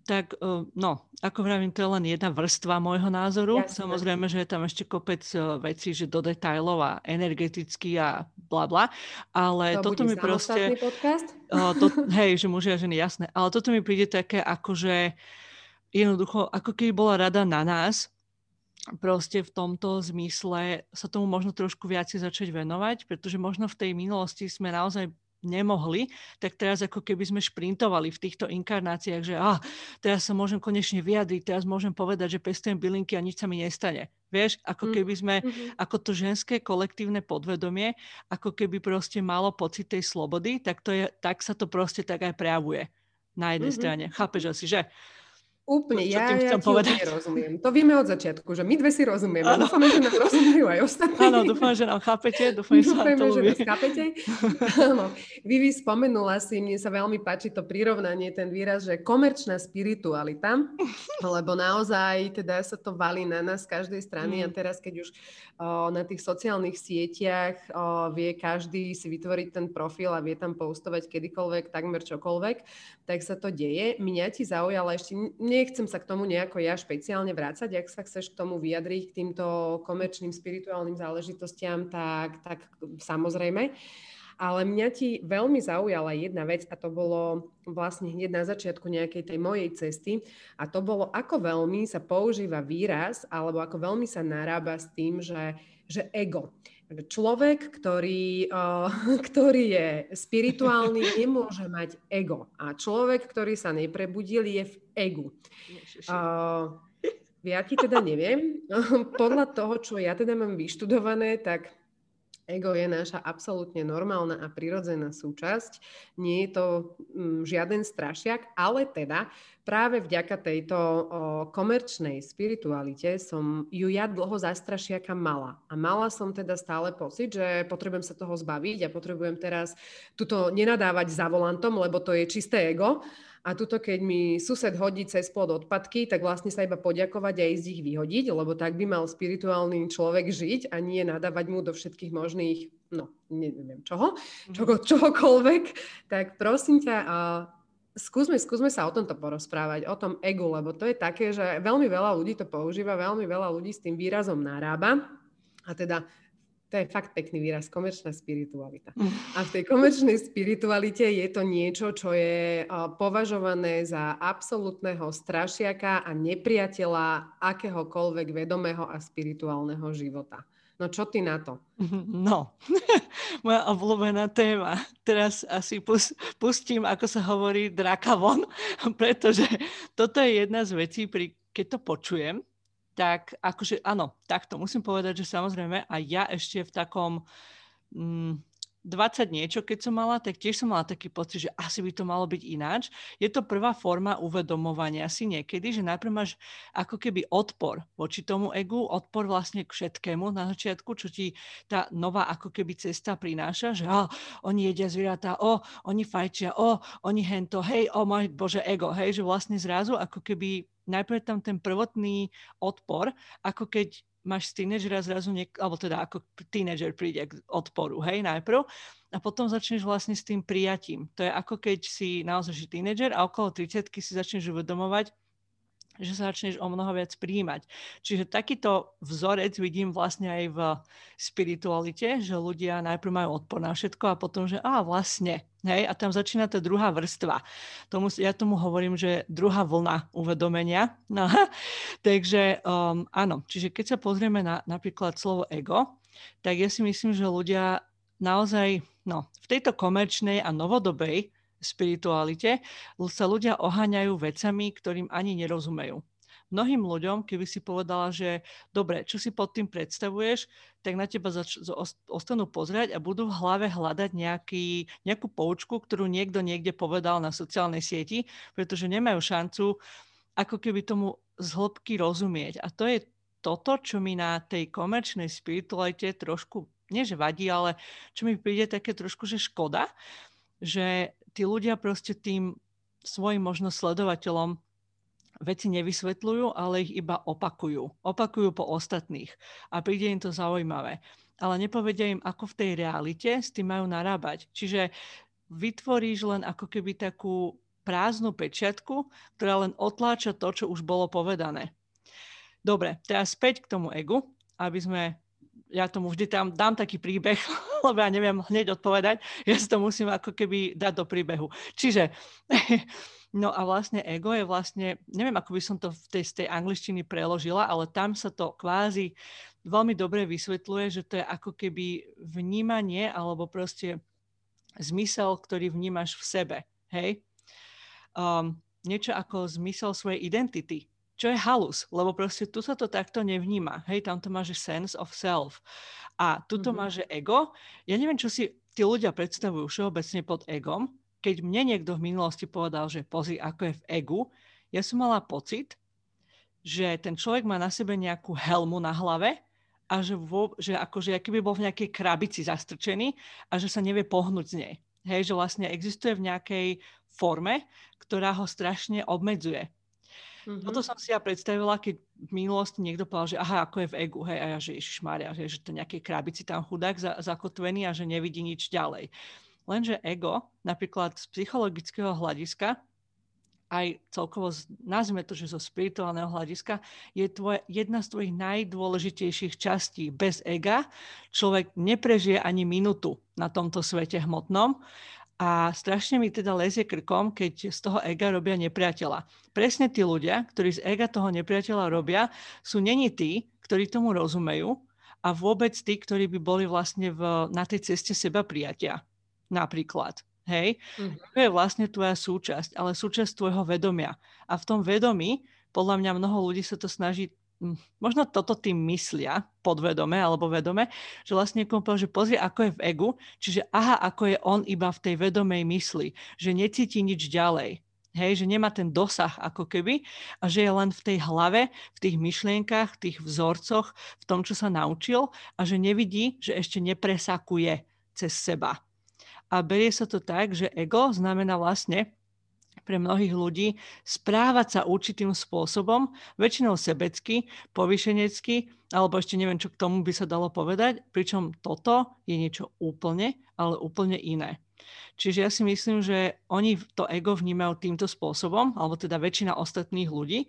Tak no, ako vravím, to je len jedna vrstva môjho názoru. Jasné. Samozrejme, že je tam ešte kopec vecí, že do detailov a energeticky a bla bla, ale To toto bude mi proste... samostatný podcast? To, hej, že muži a ženy, jasné. Ale toto mi príde také, akože jednoducho, ako keby bola rada na nás, proste v tomto zmysle sa tomu možno trošku viacej začať venovať, pretože možno v tej minulosti sme naozaj nemohli, tak teraz ako keby sme šprintovali v týchto inkarnáciách, že ah, teraz sa môžem konečne vyjadriť, teraz môžem povedať, že pestujem bylinky a nič sa mi nestane. Vieš, ako keby sme, mm-hmm. ako to ženské kolektívne podvedomie, ako keby proste malo pocit tej slobody, tak, to je, tak sa to proste tak aj prejavuje na jednej mm-hmm. strane. Chápeš asi, že? Úplne, čo ja, tým ja chcem ti povedať. úplne rozumiem. To vieme od začiatku, že my dve si rozumieme. Ano. Dúfame, že nám rozumejú aj ostatní. Áno, dúfam, že nám chápete. Dúfam, Dúfame, že nás chápete. Áno. Vivi, spomenula si, mne sa veľmi páči to prirovnanie, ten výraz, že komerčná spiritualita, lebo naozaj teda sa to valí na nás z každej strany mm. a teraz, keď už o, na tých sociálnych sieťach o, vie každý si vytvoriť ten profil a vie tam postovať kedykoľvek, takmer čokoľvek, tak sa to deje. Mňa ti zaujala ešte, nechcem sa k tomu nejako ja špeciálne vrácať, ak sa chceš k tomu vyjadriť, k týmto komerčným spirituálnym záležitostiam, tak, tak samozrejme. Ale mňa ti veľmi zaujala jedna vec a to bolo vlastne hneď na začiatku nejakej tej mojej cesty a to bolo, ako veľmi sa používa výraz alebo ako veľmi sa narába s tým, že, že ego. Človek, ktorý, uh, ktorý je spirituálny, nemôže mať ego. A človek, ktorý sa neprebudil, je v egu. Uh, ja ti teda neviem. Podľa toho, čo ja teda mám vyštudované, tak ego je naša absolútne normálna a prirodzená súčasť. Nie je to um, žiaden strašiak, ale teda práve vďaka tejto o, komerčnej spiritualite som ju ja dlho za strašiaka mala. A mala som teda stále pocit, že potrebujem sa toho zbaviť a potrebujem teraz tuto nenadávať za volantom, lebo to je čisté ego. A tuto, keď mi sused hodí cez plot odpadky, tak vlastne sa iba poďakovať a ísť ich vyhodiť, lebo tak by mal spirituálny človek žiť a nie nadávať mu do všetkých možných, no, neviem čoho, čoho, čohokoľvek. Tak prosím ťa, uh, skúsme, skúsme sa o tomto porozprávať, o tom egu, lebo to je také, že veľmi veľa ľudí to používa, veľmi veľa ľudí s tým výrazom narába. A teda to je fakt pekný výraz, komerčná spiritualita. A v tej komerčnej spiritualite je to niečo, čo je považované za absolútneho strašiaka a nepriateľa akéhokoľvek vedomého a spirituálneho života. No čo ty na to? No, moja obľúbená téma. Teraz asi pustím, ako sa hovorí, draka von, pretože toto je jedna z vecí, pri, keď to počujem, tak akože áno, takto musím povedať, že samozrejme aj ja ešte v takom mm, dvadsať niečo, keď som mala, tak tiež som mala taký pocit, že asi by to malo byť ináč. Je to prvá forma uvedomovania si niekedy, že najprv máš ako keby odpor voči tomu egu, odpor vlastne k všetkému na začiatku, čo ti tá nová ako keby cesta prináša, že oh, oni jedia zvieratá, o, oh, oni fajčia, o, oh, oni hento, hej, o oh, môj bože ego, hej, že vlastne zrazu ako keby najprv tam ten prvotný odpor, ako keď máš z tínedžera zrazu, niek- alebo teda ako tínedžer príde k odporu, hej, najprv, a potom začneš vlastne s tým prijatím. To je ako keď si naozaj tínedžer a okolo tridsiatky si začneš uvedomovať, že sa začneš o mnoho viac prijímať. Čiže takýto vzorec vidím vlastne aj v spiritualite, že ľudia najprv majú odpor na všetko a potom, že á, vlastne, hej, a tam začína tá druhá vrstva. Tomu, ja tomu hovorím, že druhá vlna uvedomenia. No, takže um, áno, čiže keď sa pozrieme na napríklad slovo ego, tak ja si myslím, že ľudia naozaj, no, v tejto komerčnej a novodobej spiritualite sa ľudia oháňajú vecami, ktorým ani nerozumejú. Mnohým ľuďom, keby si povedala, že dobre, čo si pod tým predstavuješ, tak na teba zač- ostanú pozerať a budú v hlave hľadať nejaký, nejakú poučku, ktorú niekto niekde povedal na sociálnej sieti, pretože nemajú šancu ako keby tomu z hĺbky rozumieť. A to je toto, čo mi na tej komerčnej spiritualite trošku, nie že vadí, ale čo mi príde také trošku, že škoda, že tí ľudia proste tým svojim možno sledovateľom veci nevysvetľujú, ale ich iba opakujú. Opakujú po ostatných. A príde im to zaujímavé. Ale nepovedia im, ako v tej realite s tým majú narábať. Čiže vytvoríš len ako keby takú prázdnu pečiatku, ktorá len otláča to, čo už bolo povedané. Dobre, teraz späť k tomu egu, aby sme, ja tomu vždy tam dám taký príbeh, lebo ja neviem hneď odpovedať, ja si to musím ako keby dať do príbehu. Čiže, no a vlastne ego je vlastne, neviem, ako by som to v tej, z tej angličtiny preložila, ale tam sa to kvázi veľmi dobre vysvetľuje, že to je ako keby vnímanie alebo proste zmysel, ktorý vnímaš v sebe. Hej? Um, niečo ako zmysel svojej identity. Čo je halus, lebo proste tu sa to takto nevníma. Hej, tam to má, že sense of self. A tu to mm-hmm. má, že ego. Ja neviem, čo si tí ľudia predstavujú všeobecne pod egom. Keď mne niekto v minulosti povedal, že pozri, ako je v egu, ja som mala pocit, že ten človek má na sebe nejakú helmu na hlave a že, vo, že akože aký by bol v nejakej krabici zastrčený a že sa nevie pohnúť z nej. Hej, že vlastne existuje v nejakej forme, ktorá ho strašne obmedzuje. Mm-hmm. Toto som si ja predstavila, keď v minulosti niekto povedal, že aha, ako je v egu, hej, a ja, že Ježišmária, že, že to nejakej krabici tam chudák za, zakotvený a že nevidí nič ďalej. Lenže ego, napríklad z psychologického hľadiska, aj celkovo, nazvime to, že zo spirituálneho hľadiska, je tvoje, jedna z tvojich najdôležitejších častí. Bez ega človek neprežije ani minútu na tomto svete hmotnom. A strašne mi teda lezie krkom, keď z toho ega robia nepriateľa. Presne tí ľudia, ktorí z ega toho nepriateľa robia, sú neni tí, ktorí tomu rozumejú a vôbec tí, ktorí by boli vlastne v, na tej ceste seba prijatia. Napríklad. Hej? Mm-hmm. To je vlastne tvoja súčasť, ale súčasť tvojho vedomia. A v tom vedomí, podľa mňa mnoho ľudí sa to snaží, možno toto tým myslia, podvedome alebo vedome, že vlastne niekomu povedal, že pozri, ako je v egu, čiže aha, ako je on iba v tej vedomej mysli, že necíti nič ďalej. Hej, že nemá ten dosah ako keby a že je len v tej hlave, v tých myšlienkach, v tých vzorcoch, v tom, čo sa naučil a že nevidí, že ešte nepresakuje cez seba. A berie sa to tak, že ego znamená vlastne pre mnohých ľudí správať sa určitým spôsobom, väčšinou sebecky, povýšenecky, alebo ešte neviem, čo k tomu by sa dalo povedať, pričom toto je niečo úplne, ale úplne iné. Čiže ja si myslím, že oni to ego vnímajú týmto spôsobom, alebo teda väčšina ostatných ľudí,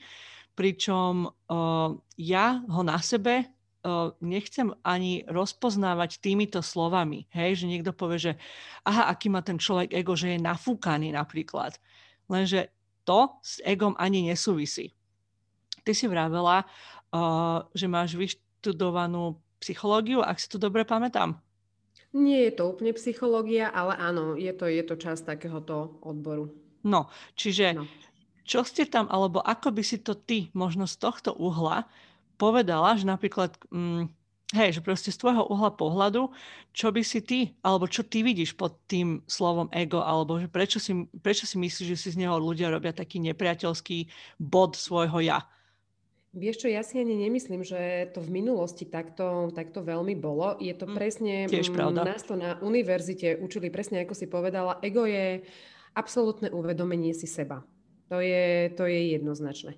pričom uh, ja ho na sebe uh, nechcem ani rozpoznávať týmito slovami. Hej, že niekto povie, že aha, aký má ten človek ego, že je nafúkaný napríklad. Lenže to s egom ani nesúvisí. Ty si vravela, uh, že máš vyštudovanú psychológiu, ak si to dobre pamätám. Nie je to úplne psychológia, ale áno, je to, je to časť takéhoto odboru. No, čiže no. čo ste tam, alebo ako by si to ty možno z tohto uhla povedala, že napríklad... Mm, hej, že proste z tvojho uhla pohľadu, čo by si ty, alebo čo ty vidíš pod tým slovom ego, alebo že prečo si, prečo si myslíš, že si z neho ľudia robia taký nepriateľský bod svojho ja? Vieš čo, ja si ani nemyslím, že to v minulosti takto, takto veľmi bolo. Je to presne, Tiež pravda. Nás to na univerzite učili presne, ako si povedala, ego je absolútne uvedomenie si seba. To je, to je jednoznačné.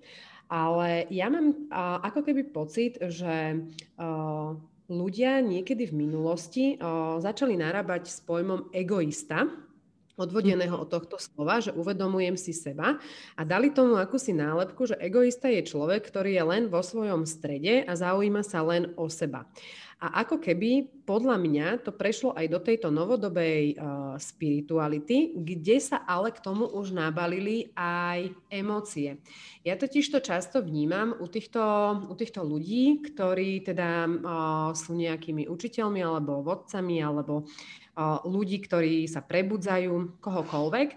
Ale ja mám a, ako keby pocit, že a, ľudia niekedy v minulosti a, začali narábať s pojmom egoista, odvodeného od tohto slova, že uvedomujem si seba a dali tomu akúsi nálepku, že egoista je človek, ktorý je len vo svojom strede a zaujíma sa len o seba. A ako keby, podľa mňa, to prešlo aj do tejto novodobej uh, spirituality, kde sa ale k tomu už nabalili aj emócie. Ja totiž to často vnímam u týchto, u týchto ľudí, ktorí teda uh, sú nejakými učiteľmi alebo vodcami alebo uh, ľudí, ktorí sa prebudzajú, kohokoľvek,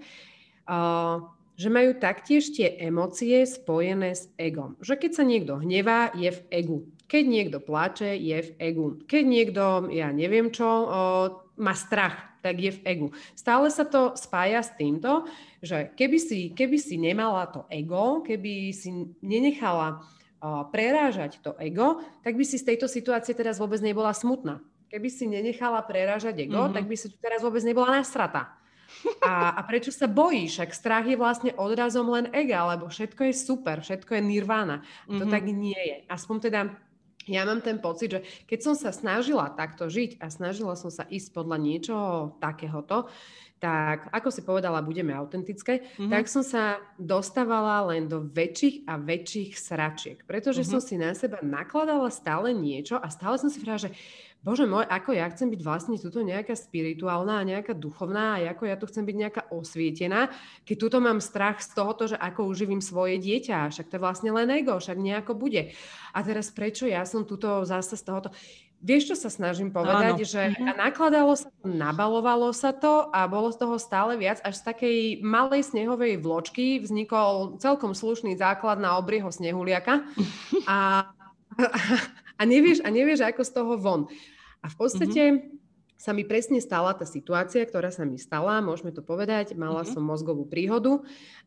uh, že majú taktiež tie emócie spojené s egom. Že keď sa niekto hnevá, je v egu. Keď niekto pláče, je v egu. Keď niekto, ja neviem čo, o, má strach, tak je v egu. Stále sa to spája s týmto, že keby si, keby si nemala to ego, keby si nenechala o, prerážať to ego, tak by si z tejto situácie teraz vôbec nebola smutná. Keby si nenechala prerážať ego, mm-hmm. tak by si tu teraz vôbec nebola nasratá. A, a prečo sa bojíš? Ak strach je vlastne odrazom len ega, lebo všetko je super, všetko je nirvána. To mm-hmm. tak nie je. Aspoň teda ja mám ten pocit, že keď som sa snažila takto žiť a snažila som sa ísť podľa niečoho takéhoto, tak ako si povedala, budeme autentické, Mhm. tak som sa dostávala len do väčších a väčších sračiek, pretože Mhm. som si na seba nakladala stále niečo a stále som si vravala, že Bože môj, ako ja chcem byť vlastne tuto nejaká spirituálna a nejaká duchovná a ako ja tu chcem byť nejaká osvietená, keď tuto mám strach z tohoto, že ako uživím svoje dieťa, však to je vlastne len ego, však nejako bude. A teraz prečo ja som tuto zase z tohoto... Vieš, čo sa snažím povedať? Áno. Že Mhm. a nakladalo sa to, nabalovalo sa to a bolo z toho stále viac, až z takej malej snehovej vločky vznikol celkom slušný základ na obrieho snehuliaka a, a, nevieš, a nevieš, ako z toho von. A v podstate Mhm. sa mi presne stala tá situácia, ktorá sa mi stala, môžeme to povedať, mala Mhm. som mozgovú príhodu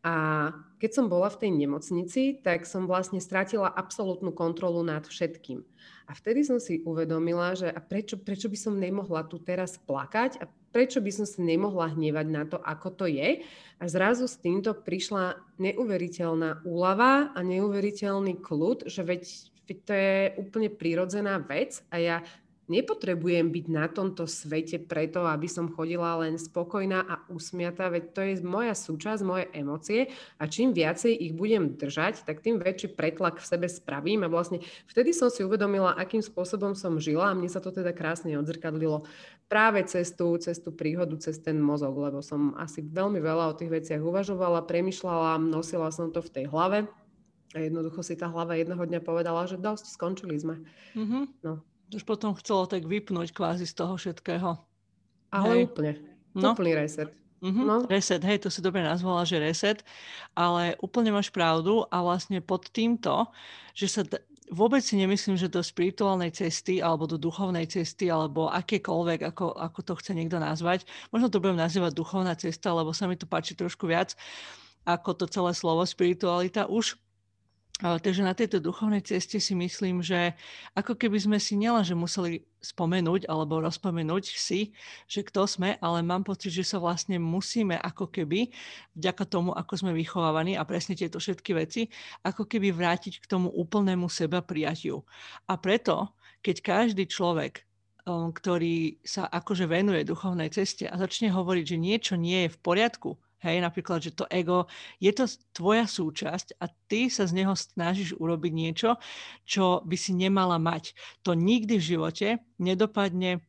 a keď som bola v tej nemocnici, tak som vlastne stratila absolútnu kontrolu nad všetkým. A vtedy som si uvedomila, že a prečo, prečo by som nemohla tu teraz plakať a prečo by som sa nemohla hnevať na to, ako to je. A zrazu s týmto prišla neuveriteľná úlava a neuveriteľný kľud, že veď, veď to je úplne prirodzená vec a ja nepotrebujem byť na tomto svete preto, aby som chodila len spokojná a usmiatá, veď to je moja súčasť, moje emócie a čím viacej ich budem držať, tak tým väčší pretlak v sebe spravím a vlastne vtedy som si uvedomila, akým spôsobom som žila a mne sa to teda krásne odzrkadlilo práve cez tú, cez tú príhodu, cez ten mozog, lebo som asi veľmi veľa o tých veciach uvažovala, premyšľala, nosila som to v tej hlave a jednoducho si tá hlava jedného dňa povedala, že dosť, skončili sme. Mhm. No. Už potom chcelo tak vypnúť kvázi z toho všetkého. Ale Hej. úplne. No. Úplný reset. Mhm. No. Reset, hej, to si dobre nazvala, že reset, ale úplne máš pravdu a vlastne pod týmto, že sa d- vôbec si nemyslím, že do spirituálnej cesty alebo do duchovnej cesty alebo akékoľvek, ako, ako to chce niekto nazvať, možno to budem nazývať duchovná cesta, lebo sa mi to páči trošku viac ako to celé slovo spiritualita už. Ale takže na tejto duchovnej ceste si myslím, že ako keby sme si nielenže museli spomenúť alebo rozpomenúť si, že kto sme, ale mám pocit, že sa vlastne musíme ako keby, vďaka tomu, ako sme vychovávaní a presne tieto všetky veci, ako keby vrátiť k tomu úplnému seba prijatiu. A preto, keď každý človek, um, ktorý sa akože venuje duchovnej ceste a začne hovoriť, že niečo nie je v poriadku, hej, napríklad, že to ego, je to tvoja súčasť a ty sa z neho snažíš urobiť niečo, čo by si nemala mať. To nikdy v živote nedopadne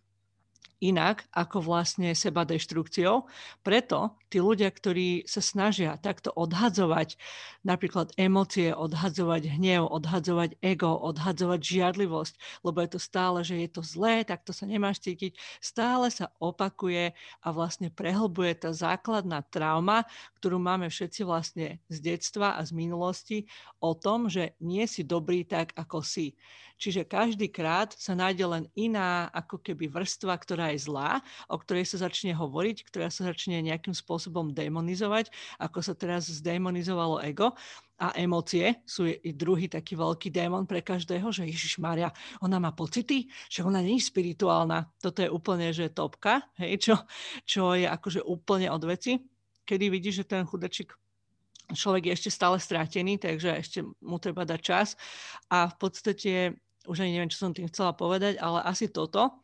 inak ako vlastne seba deštrukciou. Preto tí ľudia, ktorí sa snažia takto odhadzovať napríklad emócie, odhadzovať hnev, odhadzovať ego, odhadzovať žiadlivosť, lebo je to stále, že je to zlé, tak to sa nemáš cítiť, stále sa opakuje a vlastne prehlbuje tá základná trauma, ktorú máme všetci vlastne z detstva a z minulosti o tom, že nie si dobrý tak, ako si. Čiže každý krát sa nájde len iná ako keby vrstva, ktorá je zlá, o ktorej sa začne hovoriť, ktorá sa začne nejakým spôsobom demonizovať, ako sa teraz zdemonizovalo ego. A emócie sú i druhý taký veľký démon pre každého, že Ježišmária, ona má pocity, že ona nie je spirituálna. Toto je úplne, že topka, hej, čo, čo je akože úplne od veci. Kedy vidíš, že ten chudačík človek je ešte stále stratený, takže ešte mu treba dať čas. A v podstate, už ani neviem, čo som tým chcela povedať, ale asi toto,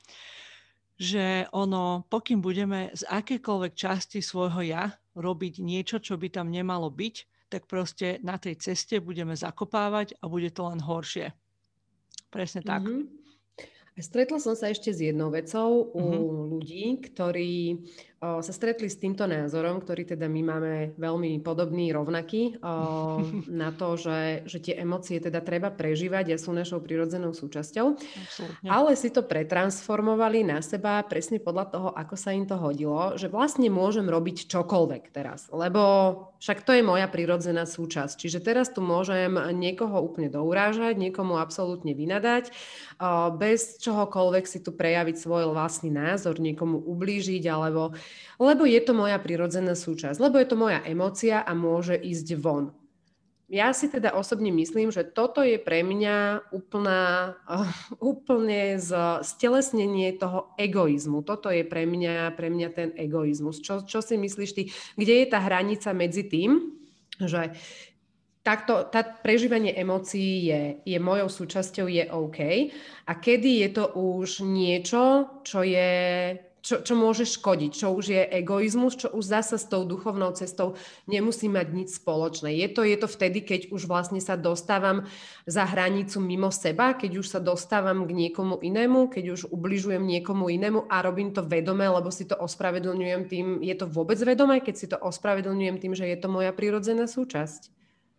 že ono, pokým budeme z akékoľvek časti svojho ja robiť niečo, čo by tam nemalo byť, tak proste na tej ceste budeme zakopávať a bude to len horšie. Presne tak. Mm-hmm. Stretla som sa ešte s jednou vecou u Mhm. ľudí, ktorí o, sa stretli s týmto názorom, ktorý teda my máme veľmi podobný, rovnaký, o, na to, že, že tie emócie teda treba prežívať a sú našou prirodzenou súčasťou. Absolútne. Ale si to pretransformovali na seba presne podľa toho, ako sa im to hodilo, že vlastne môžem robiť čokoľvek teraz, lebo však to je moja prirodzená súčasť. Čiže teraz tu môžem niekoho úplne dourážať, niekomu absolútne vynadať, bez čohokoľvek si tu prejaviť svoj vlastný názor, niekomu ublížiť, alebo, lebo je to moja prirodzená súčasť, lebo je to moja emócia a môže ísť von. Ja si teda osobne myslím, že toto je pre mňa úplná, uh, úplne z, stelesnenie toho egoizmu. Toto je pre mňa, pre mňa ten egoizmus. Čo, čo si myslíš ty? Kde je tá hranica medzi tým, že takto, tá prežívanie emócií je, je mojou súčasťou, je OK. A kedy je to už niečo, čo je, čo, čo môže škodiť, čo už je egoizmus, čo už zasa s tou duchovnou cestou nemusí mať nič spoločné. Je to, je to vtedy, keď už vlastne sa dostávam za hranicu mimo seba, keď už sa dostávam k niekomu inému, keď už ubližujem niekomu inému a robím to vedome, lebo si to ospravedlňujem tým, je to vôbec vedomé, keď si to ospravedlňujem tým, že je to moja prirodzená súčasť?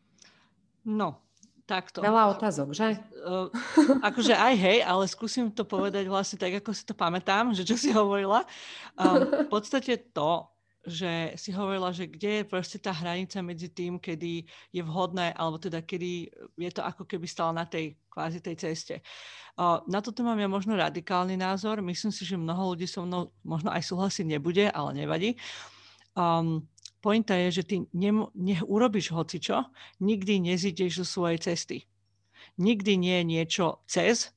No, takto. Veľa otázok, že? Uh, akože aj hej, ale skúsim to povedať vlastne tak, ako si to pamätám, že čo si hovorila. Um, v podstate to, že si hovorila, že kde je proste tá hranica medzi tým, kedy je vhodné, alebo teda kedy je to ako keby stalo na tej kvázi tej ceste. Uh, na toto mám ja možno radikálny názor. Myslím si, že mnoho ľudí so mnou možno aj súhlasiť nebude, ale nevadí. Um, Pointa je, že ty nem, nech urobíš hocičo, nikdy nezídeš zo svojej cesty. Nikdy nie je niečo cez,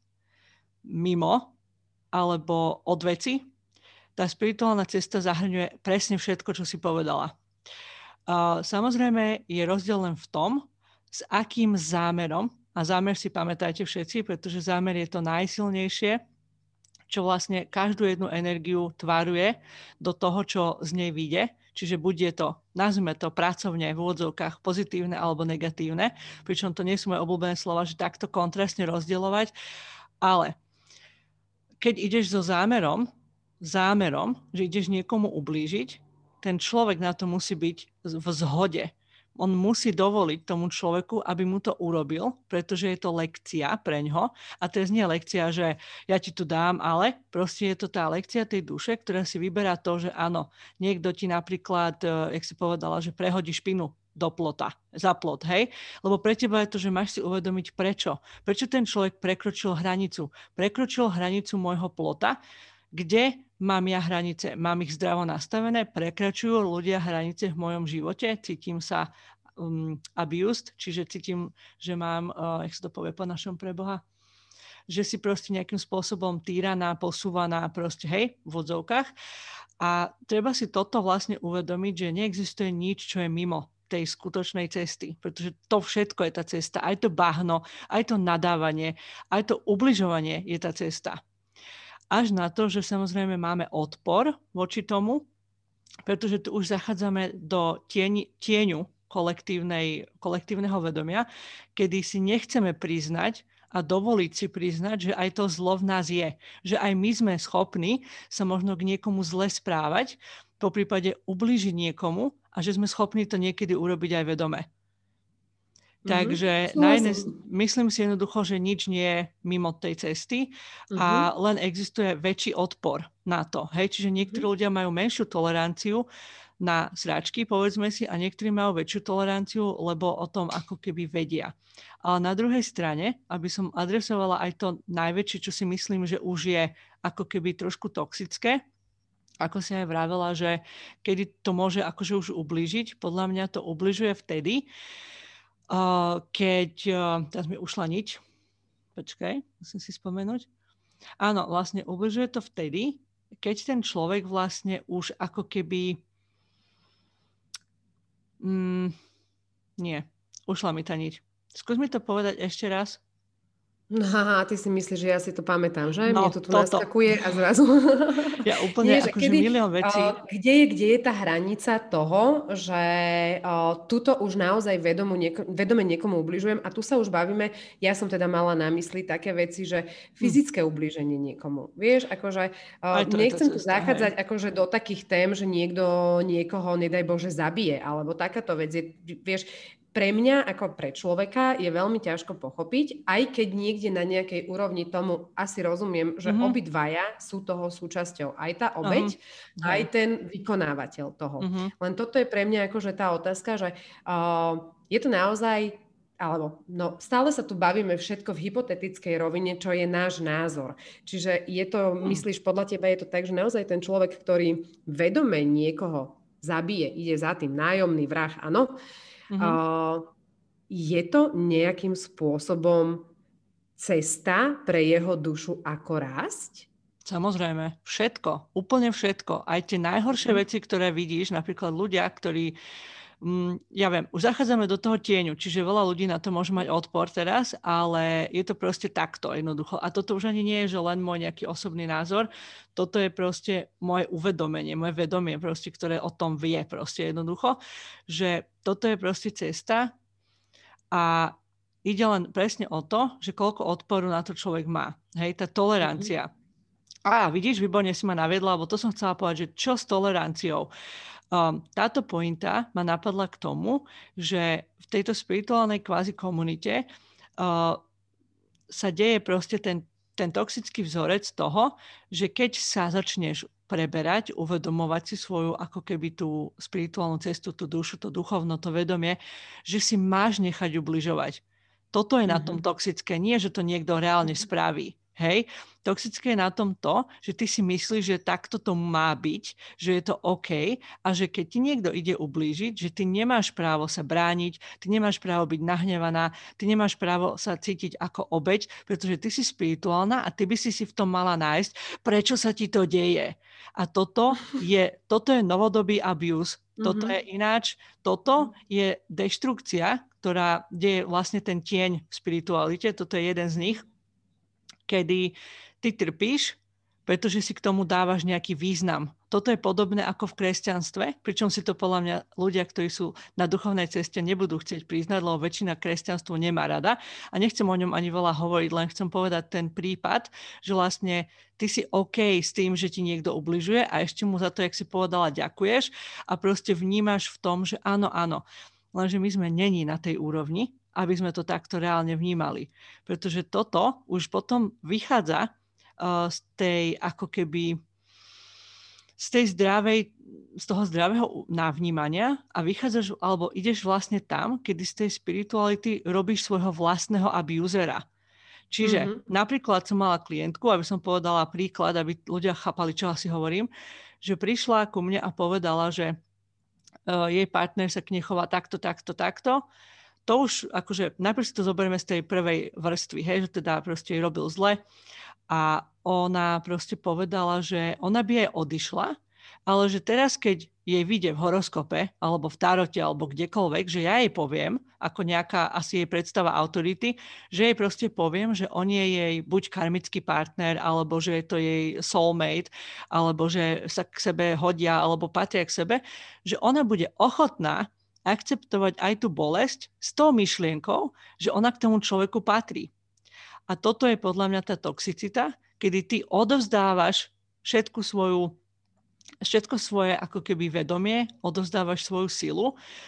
mimo, alebo od veci. Tá spirituálna cesta zahrňuje presne všetko, čo si povedala. Uh, samozrejme je rozdiel len v tom, s akým zámerom, a zámer si pamätajte všetci, pretože zámer je to najsilnejšie, čo vlastne každú jednu energiu tvaruje do toho, čo z nej vyjde. Čiže buď je to, nazvime to pracovne v úvodzovkách pozitívne alebo negatívne, pričom to nie sú moje obľúbené slova, že takto kontrastne rozdielovať, ale keď ideš so zámerom, zámerom, že ideš niekomu ublížiť, ten človek na to musí byť v zhode. On musí dovoliť tomu človeku, aby mu to urobil, pretože je to lekcia pre ňoho. A teraz nie je lekcia, že ja ti to dám, ale proste je to tá lekcia tej duše, ktorá si vyberá to, že áno, niekto ti napríklad, jak si povedala, že prehodí špinu do plota, za plot, hej? Lebo pre teba je to, že máš si uvedomiť prečo. Prečo ten človek prekročil hranicu? Prekročil hranicu môjho plota, kde mám ja hranice, mám ich zdravo nastavené, prekračujú ľudia hranice v mojom živote, cítim sa um, abused, čiže cítim, že mám, uh, jak sa to povie po našom preboha, že si proste nejakým spôsobom týraná, posúvaná, proste hej, v odzovkách. A treba si toto vlastne uvedomiť, že neexistuje nič, čo je mimo tej skutočnej cesty, pretože to všetko je tá cesta, aj to bahno, aj to nadávanie, aj to ubližovanie je tá cesta. Až na to, že samozrejme máme odpor voči tomu, pretože tu už zachádzame do tieň, tieňu kolektívneho vedomia, kedy si nechceme priznať a dovoliť si priznať, že aj to zlo v nás je. Že aj my sme schopní sa možno k niekomu zle správať, po prípade ublížiť niekomu a že sme schopní to niekedy urobiť aj vedome. Takže mm-hmm. na jednej, myslím si jednoducho, že nič nie je mimo tej cesty mm-hmm. a len existuje väčší odpor na to. Hej? Čiže niektorí mm-hmm. ľudia majú menšiu toleranciu na sračky, povedzme si, a niektorí majú väčšiu toleranciu, lebo o tom ako keby vedia. Ale na druhej strane, aby som adresovala aj to najväčšie, čo si myslím, že už je ako keby trošku toxické, ako si aj vravela, že kedy to môže akože už ublížiť, podľa mňa to ubližuje vtedy, Uh, keď, uh, teraz mi ušla niť, počkaj, musím si spomenúť. Áno, vlastne ubližuje to vtedy, keď ten človek vlastne už ako keby mm, nie, ušla mi tá niť. Skús mi to povedať ešte raz. Aha, ty si myslíš, že ja si to pamätám, že? No, Mne to tu toto. naskakuje a zrazu... Ja úplne, Nie, akože milión vecí. O, kde, je, kde je tá hranica toho, že o, tuto už naozaj vedomu nieko, vedome niekomu ubližujem a tu sa už bavíme, ja som teda mala na mysli také veci, že fyzické hm. ubliženie niekomu. Vieš, akože o, nechcem tu zachádzať akože do takých tém, že niekto niekoho, nedaj Bože, zabije, alebo takáto vec je, vieš, pre mňa, ako pre človeka, je veľmi ťažko pochopiť, aj keď niekde na nejakej úrovni tomu asi rozumiem, že mm-hmm. obidvaja sú toho súčasťou. Aj tá obeť, uh-huh. aj ten vykonávateľ toho. Uh-huh. Len toto je pre mňa akože tá otázka, že uh, je to naozaj, alebo no, stále sa tu bavíme všetko v hypotetickej rovine, čo je náš názor. Čiže je to, uh-huh. myslíš, podľa teba je to tak, že naozaj ten človek, ktorý vedome niekoho zabije, ide za tým nájomný vrah, áno, Uh-huh. Uh, je to nejakým spôsobom cesta pre jeho dušu ako rásť? Samozrejme, všetko, úplne všetko. Aj tie najhoršie uh-huh. veci, ktoré vidíš, napríklad ľudia, ktorí Mm, ja viem, už zachádzame do toho tieňu, čiže veľa ľudí na to môže mať odpor teraz, ale je to proste takto jednoducho. A toto už ani nie je, že len môj nejaký osobný názor, toto je proste moje uvedomenie, moje vedomie proste, ktoré o tom vie proste jednoducho, že toto je proste cesta a ide len presne o to, že koľko odporu na to človek má. Hej, tá tolerancia. Mm-hmm. Á, vidíš, výborne si ma naviedla, lebo to som chcela povedať, že čo s toleranciou? Um, táto pointa ma napadla k tomu, že v tejto spirituálnej kvázi komunite uh, sa deje proste ten, ten toxický vzorec toho, že keď sa začneš preberať, uvedomovať si svoju ako keby tú spirituálnu cestu, tú dušu, to duchovno, to vedomie, že si máš nechať ubližovať. Toto je mm-hmm. na tom toxické, nie, že to niekto reálne spraví. Hej, toxické je na tom to, že ty si myslíš, že takto to má byť, že je to OK a že keď ti niekto ide ublížiť, že ty nemáš právo sa brániť, ty nemáš právo byť nahnevaná, ty nemáš právo sa cítiť ako obeť, pretože ty si spirituálna a ty by si si v tom mala nájsť, prečo sa ti to deje. A toto je, toto je novodobý abuse. Toto mm-hmm. je ináč, toto je deštrukcia, ktorá deje vlastne ten tieň v spiritualite, toto je jeden z nich, kedy ty trpíš, pretože si k tomu dávaš nejaký význam. Toto je podobné ako v kresťanstve, pričom si to podľa mňa ľudia, ktorí sú na duchovnej ceste, nebudú chcieť priznať, lebo väčšina kresťanstvo nemá rada. A nechcem o ňom ani veľa hovoriť, len chcem povedať ten prípad, že vlastne ty si OK s tým, že ti niekto ubližuje a ešte mu za to, jak si povedala, ďakuješ a proste vnímaš v tom, že áno, áno. Lenže my sme není na tej úrovni, aby sme to takto reálne vnímali. Pretože toto už potom vychádza uh, z tej ako keby z tej zdravej, z toho zdravého navnímania a vychádzaš, alebo ideš vlastne tam, kedy z tej spirituality robíš svojho vlastného abusera. Čiže mm-hmm. napríklad som mala klientku, aby som povedala príklad, aby ľudia chápali, čo asi hovorím, že prišla ku mne a povedala, že uh, jej partner sa k nej chová takto, takto, takto. To už, akože, najprv si to zoberieme z tej prvej vrstvy, hej, že teda proste jej robil zle a ona proste povedala, že ona by aj odišla, ale že teraz, keď jej vyjde v horoskope, alebo v tarote, alebo kdekoľvek, že ja jej poviem, ako nejaká asi jej predstava autority, že jej proste poviem, že on je jej buď karmický partner, alebo že je to jej soulmate, alebo že sa k sebe hodia, alebo patria k sebe, že ona bude ochotná akceptovať aj tú bolesť s tou myšlienkou, že ona k tomu človeku patrí. A toto je podľa mňa tá toxicita, kedy ty odovzdávaš všetku svoju, všetko svoje ako keby vedomie, odovzdávaš svoju silu,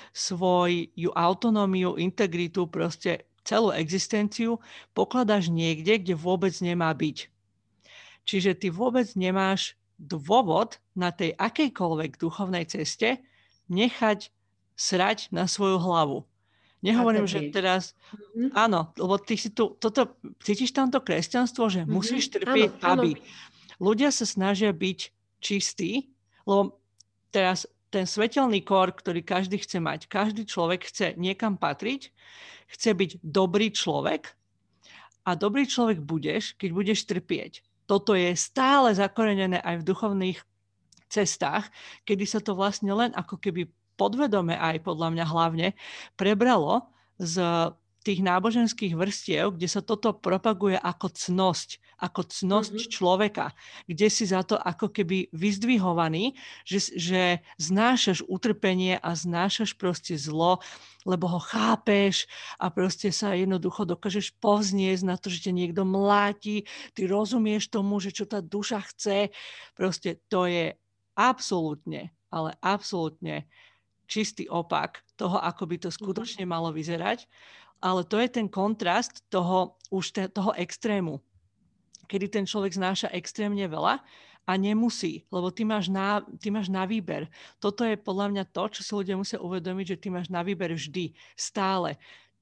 svoju autonómiu, integritu, proste celú existenciu pokladáš niekde, kde vôbec nemá byť. Čiže ty vôbec nemáš dôvod na tej akejkoľvek duchovnej ceste nechať srať na svoju hlavu. Nehovorím, že teraz, mm-hmm. áno, lebo ty si tu, toto, cítiš tamto kresťanstvo, že mm-hmm. musíš trpieť, áno, aby. Áno. Ľudia sa snažia byť čistí, lebo teraz ten svetelný kór, ktorý každý chce mať, každý človek chce niekam patriť, chce byť dobrý človek a dobrý človek budeš, keď budeš trpieť. Toto je stále zakorenené aj v duchovných cestách, kedy sa to vlastne len ako keby podvedome aj podľa mňa hlavne prebralo z tých náboženských vrstiev, kde sa toto propaguje ako cnosť, ako cnosť mm-hmm. človeka, kde si za to ako keby vyzdvihovaný, že, že znášaš utrpenie a znášaš proste zlo, lebo ho chápeš a proste sa jednoducho dokážeš povzniesť na to, že ťa niekto mláti, ty rozumieš tomu, že čo tá duša chce, proste to je absolútne, ale absolútne čistý opak toho, ako by to skutočne malo vyzerať. Ale to je ten kontrast toho, už te, toho extrému, kedy ten človek znáša extrémne veľa a nemusí, lebo ty máš, na, ty máš na výber. Toto je podľa mňa to, čo si ľudia musia uvedomiť, že ty máš na výber vždy, stále.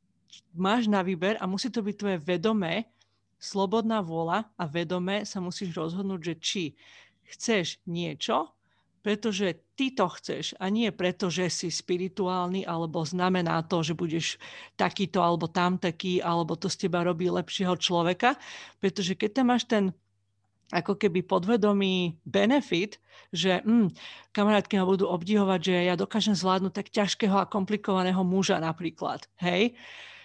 Máš na výber a musí to byť tvoje vedomé, slobodná vôľa a vedomé sa musíš rozhodnúť, že či chceš niečo, pretože ty to chceš a nie preto, že si spirituálny alebo znamená to, že budeš takýto alebo tam taký, alebo to z teba robí lepšieho človeka. Pretože keď tam máš ten ako keby podvedomý benefit, že hm, kamarátky ma budú obdivovať, že ja dokážem zvládnuť tak ťažkého a komplikovaného muža napríklad. Hej?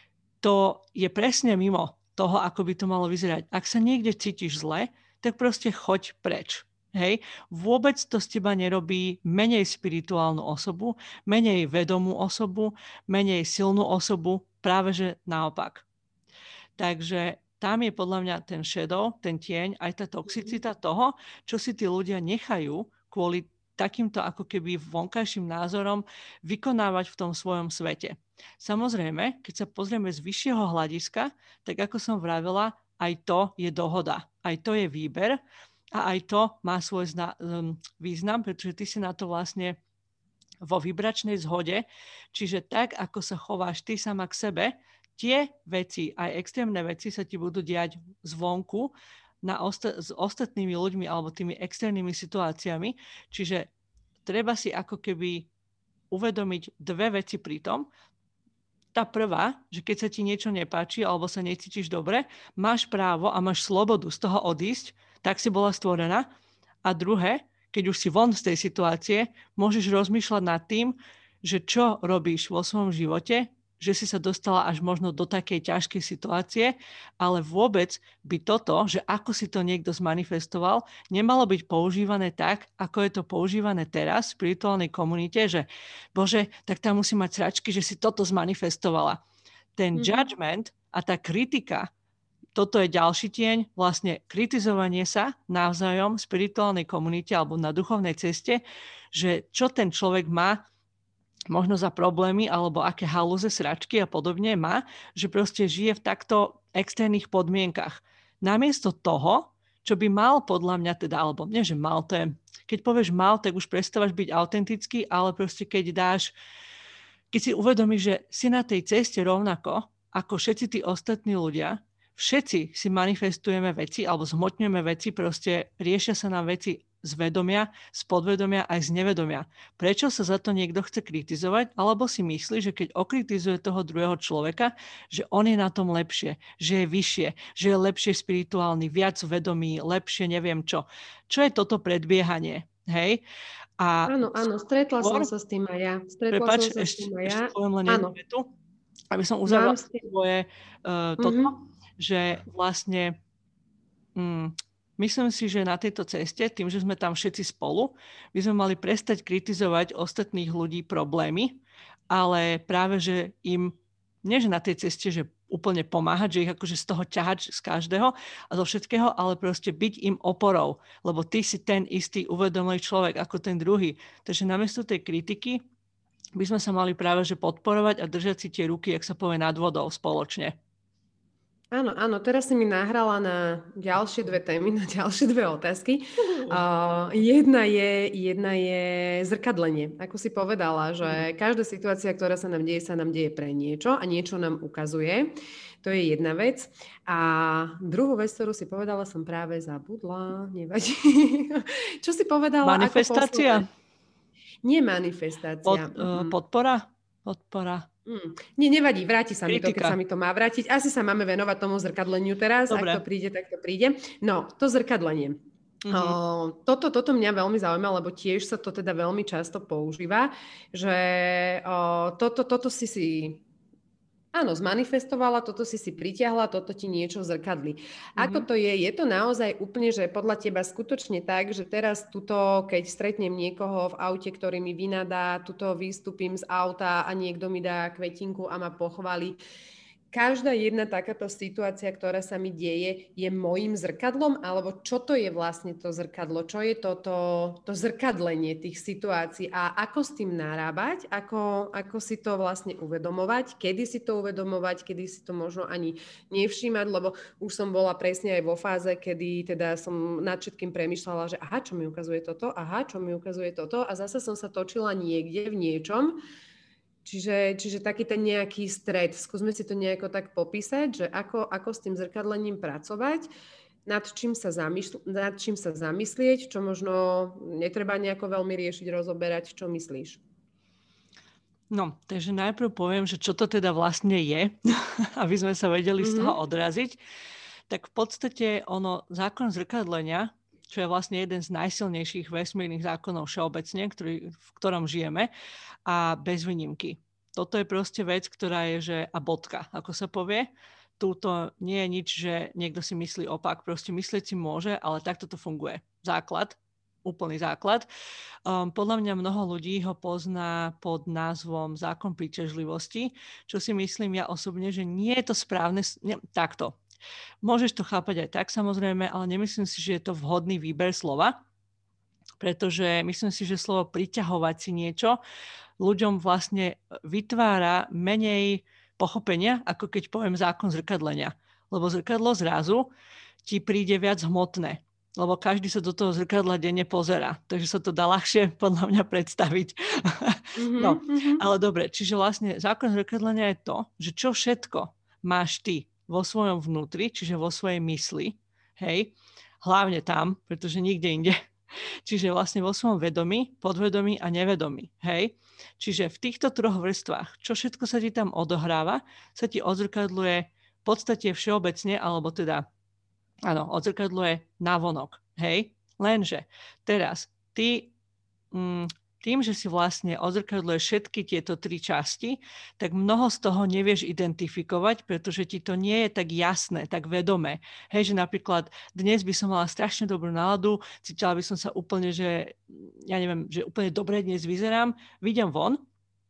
To je presne mimo toho, ako by to malo vyzerať. Ak sa niekde cítiš zle, tak proste choď preč. Hej? Vôbec to z teba nerobí menej spirituálnu osobu, menej vedomú osobu, menej silnú osobu, práve že naopak. Takže tam je podľa mňa ten shadow, ten tieň, aj tá toxicita toho, čo si tí ľudia nechajú kvôli takýmto ako keby vonkajším názorom vykonávať v tom svojom svete. Samozrejme, keď sa pozrieme z vyššieho hľadiska, tak ako som vravela, aj to je dohoda, aj to je výber a aj to má svoj zna- význam, pretože ty si na to vlastne vo vibračnej zhode, čiže tak, ako sa chováš ty sama k sebe, tie veci, aj extrémne veci sa ti budú diať zvonku na osta- s ostatnými ľuďmi alebo tými externými situáciami. Čiže treba si ako keby uvedomiť dve veci pri tom. Tá prvá, že keď sa ti niečo nepáči alebo sa necítiš dobre, máš právo a máš slobodu z toho odísť, tak si bola stvorená. A druhé, keď už si von z tej situácie, môžeš rozmýšľať nad tým, že čo robíš vo svojom živote, že si sa dostala až možno do takej ťažkej situácie, ale vôbec by toto, že ako si to niekto zmanifestoval, nemalo byť používané tak, ako je to používané teraz v spirituálnej komunite, že bože, tak tam musí mať sračky, že si toto zmanifestovala. Ten mm-hmm. judgment a tá kritika, toto je ďalší tieň, vlastne kritizovanie sa navzájom v spirituálnej komunite alebo na duchovnej ceste, že čo ten človek má možno za problémy alebo aké halúze, sračky a podobne má, že proste žije v takto extrémnych podmienkach. Namiesto toho, čo by mal podľa mňa teda, alebo nie, že mal, to je, keď povieš mal, tak už prestávaš byť autentický, ale proste keď dáš, keď si uvedomíš, že si na tej ceste rovnako ako všetci tí ostatní ľudia, všetci si manifestujeme veci alebo zhmotňujeme veci, proste riešia sa nám veci z vedomia, z podvedomia aj z nevedomia. Prečo sa za to niekto chce kritizovať? Alebo si myslí, že keď okritizuje toho druhého človeka, že on je na tom lepšie, že je vyššie, že je lepšie spirituálny, viac vedomý, lepšie neviem čo. Čo je toto predbiehanie? Hej? A áno, áno, stretla skôr, som sa s tým aj ja. Stretla prepáč, som sa ešte, s tým aj ja. ešte poviem len jednu vetu, aby som uzavrela svoje uh, toto, mm-hmm. že vlastne mm, myslím si, že na tejto ceste, tým, že sme tam všetci spolu, by sme mali prestať kritizovať ostatných ľudí problémy, ale práve, že im, nie že na tej ceste, že úplne pomáhať, že ich akože z toho ťahať z každého a zo všetkého, ale proste byť im oporou, lebo ty si ten istý uvedomý človek ako ten druhý. Takže namiesto tej kritiky by sme sa mali práve že podporovať a držať si tie ruky, jak sa povie, nad vodou spoločne. Áno, áno, teraz si mi nahrala na ďalšie dve témy, na ďalšie dve otázky. Uh, jedna, je, jedna je zrkadlenie. Ako si povedala, že každá situácia, ktorá sa nám deje, sa nám deje pre niečo a niečo nám ukazuje. To je jedna vec. A druhú vec, ktorú si povedala, som práve zabudla. Nevadí. Čo si povedala? Manifestácia? Nie manifestácia. Pod, uh, podpora? Podpora. Mm. Nie, nevadí, vráti sa mi to, keď sa mi to má vrátiť. Asi sa máme venovať tomu zrkadleniu teraz. Dobre. Ak to príde, tak to príde. No, to zrkadlenie. Mm-hmm. O, toto, toto mňa veľmi zaujíma, lebo tiež sa to teda veľmi často používa, že o, toto, toto si si... Áno, zmanifestovala, toto si si pritiahla, toto ti niečo zrkadli. Ako mm-hmm. to je? Je to naozaj úplne, že podľa teba skutočne tak, že teraz tuto, keď stretnem niekoho v aute, ktorý mi vynadá, tuto vystúpim z auta a niekto mi dá kvetinku a ma pochváli. Každá jedna takáto situácia, ktorá sa mi deje, je môjim zrkadlom? Alebo čo to je vlastne to zrkadlo? Čo je to, to, to zrkadlenie tých situácií? A ako s tým narábať? Ako, ako si to vlastne uvedomovať? Kedy si to uvedomovať? Kedy si to možno ani nevšímať? Lebo už som bola presne aj vo fáze, kedy teda som nad všetkým premýšľala, že aha, čo mi ukazuje toto? Aha, čo mi ukazuje toto? A zase som sa točila niekde v niečom. Čiže, čiže taký ten nejaký stred. Skúsme si to nejako tak popísať, že ako, ako s tým zrkadlením pracovať, nad čím sa, zamysl- nad čím sa zamyslieť, čo možno netreba nejako veľmi riešiť, rozoberať, čo myslíš? No, takže najprv poviem, že čo to teda vlastne je, aby sme sa vedeli mm-hmm. z toho odraziť. Tak v podstate ono, zákon zrkadlenia čo je vlastne jeden z najsilnejších vesmírnych zákonov všeobecne, ktorý, v ktorom žijeme, a bez výnimky. Toto je proste vec, ktorá je, že a bodka, ako sa povie. Túto nie je nič, že niekto si myslí opak. Proste myslieť si môže, ale takto to funguje. Základ, úplný základ. Um, podľa mňa mnoho ľudí ho pozná pod názvom zákon príťažlivosti, čo si myslím ja osobne, že nie je to správne. Nie, takto. Môžeš to chápať aj tak, samozrejme, ale nemyslím si, že je to vhodný výber slova, pretože myslím si, že slovo priťahovať si niečo ľuďom vlastne vytvára menej pochopenia, ako keď poviem zákon zrkadlenia. Lebo zrkadlo zrazu ti príde viac hmotné, lebo každý sa do toho zrkadla denne pozerá. Takže sa to dá ľahšie podľa mňa predstaviť. Mm-hmm, No, mm-hmm. ale dobre, čiže vlastne zákon zrkadlenia je to, že čo všetko máš ty vo svojom vnútri, čiže vo svojej mysli, hej, hlavne tam, pretože nikde inde. Čiže vlastne vo svojom vedomí, podvedomí a nevedomí, hej. Čiže v týchto troch vrstvách, čo všetko sa ti tam odohráva, sa ti odzrkadluje v podstate všeobecne, alebo teda, áno, odzrkadluje navonok, hej. Lenže teraz ty mm, tým, že si vlastne odzrkadluješ všetky tieto tri časti, tak mnoho z toho nevieš identifikovať, pretože ti to nie je tak jasné, tak vedomé. Hej, že napríklad dnes by som mala strašne dobrú náladu, cítila by som sa úplne, že ja neviem, že úplne dobre dnes vyzerám, vyjdem von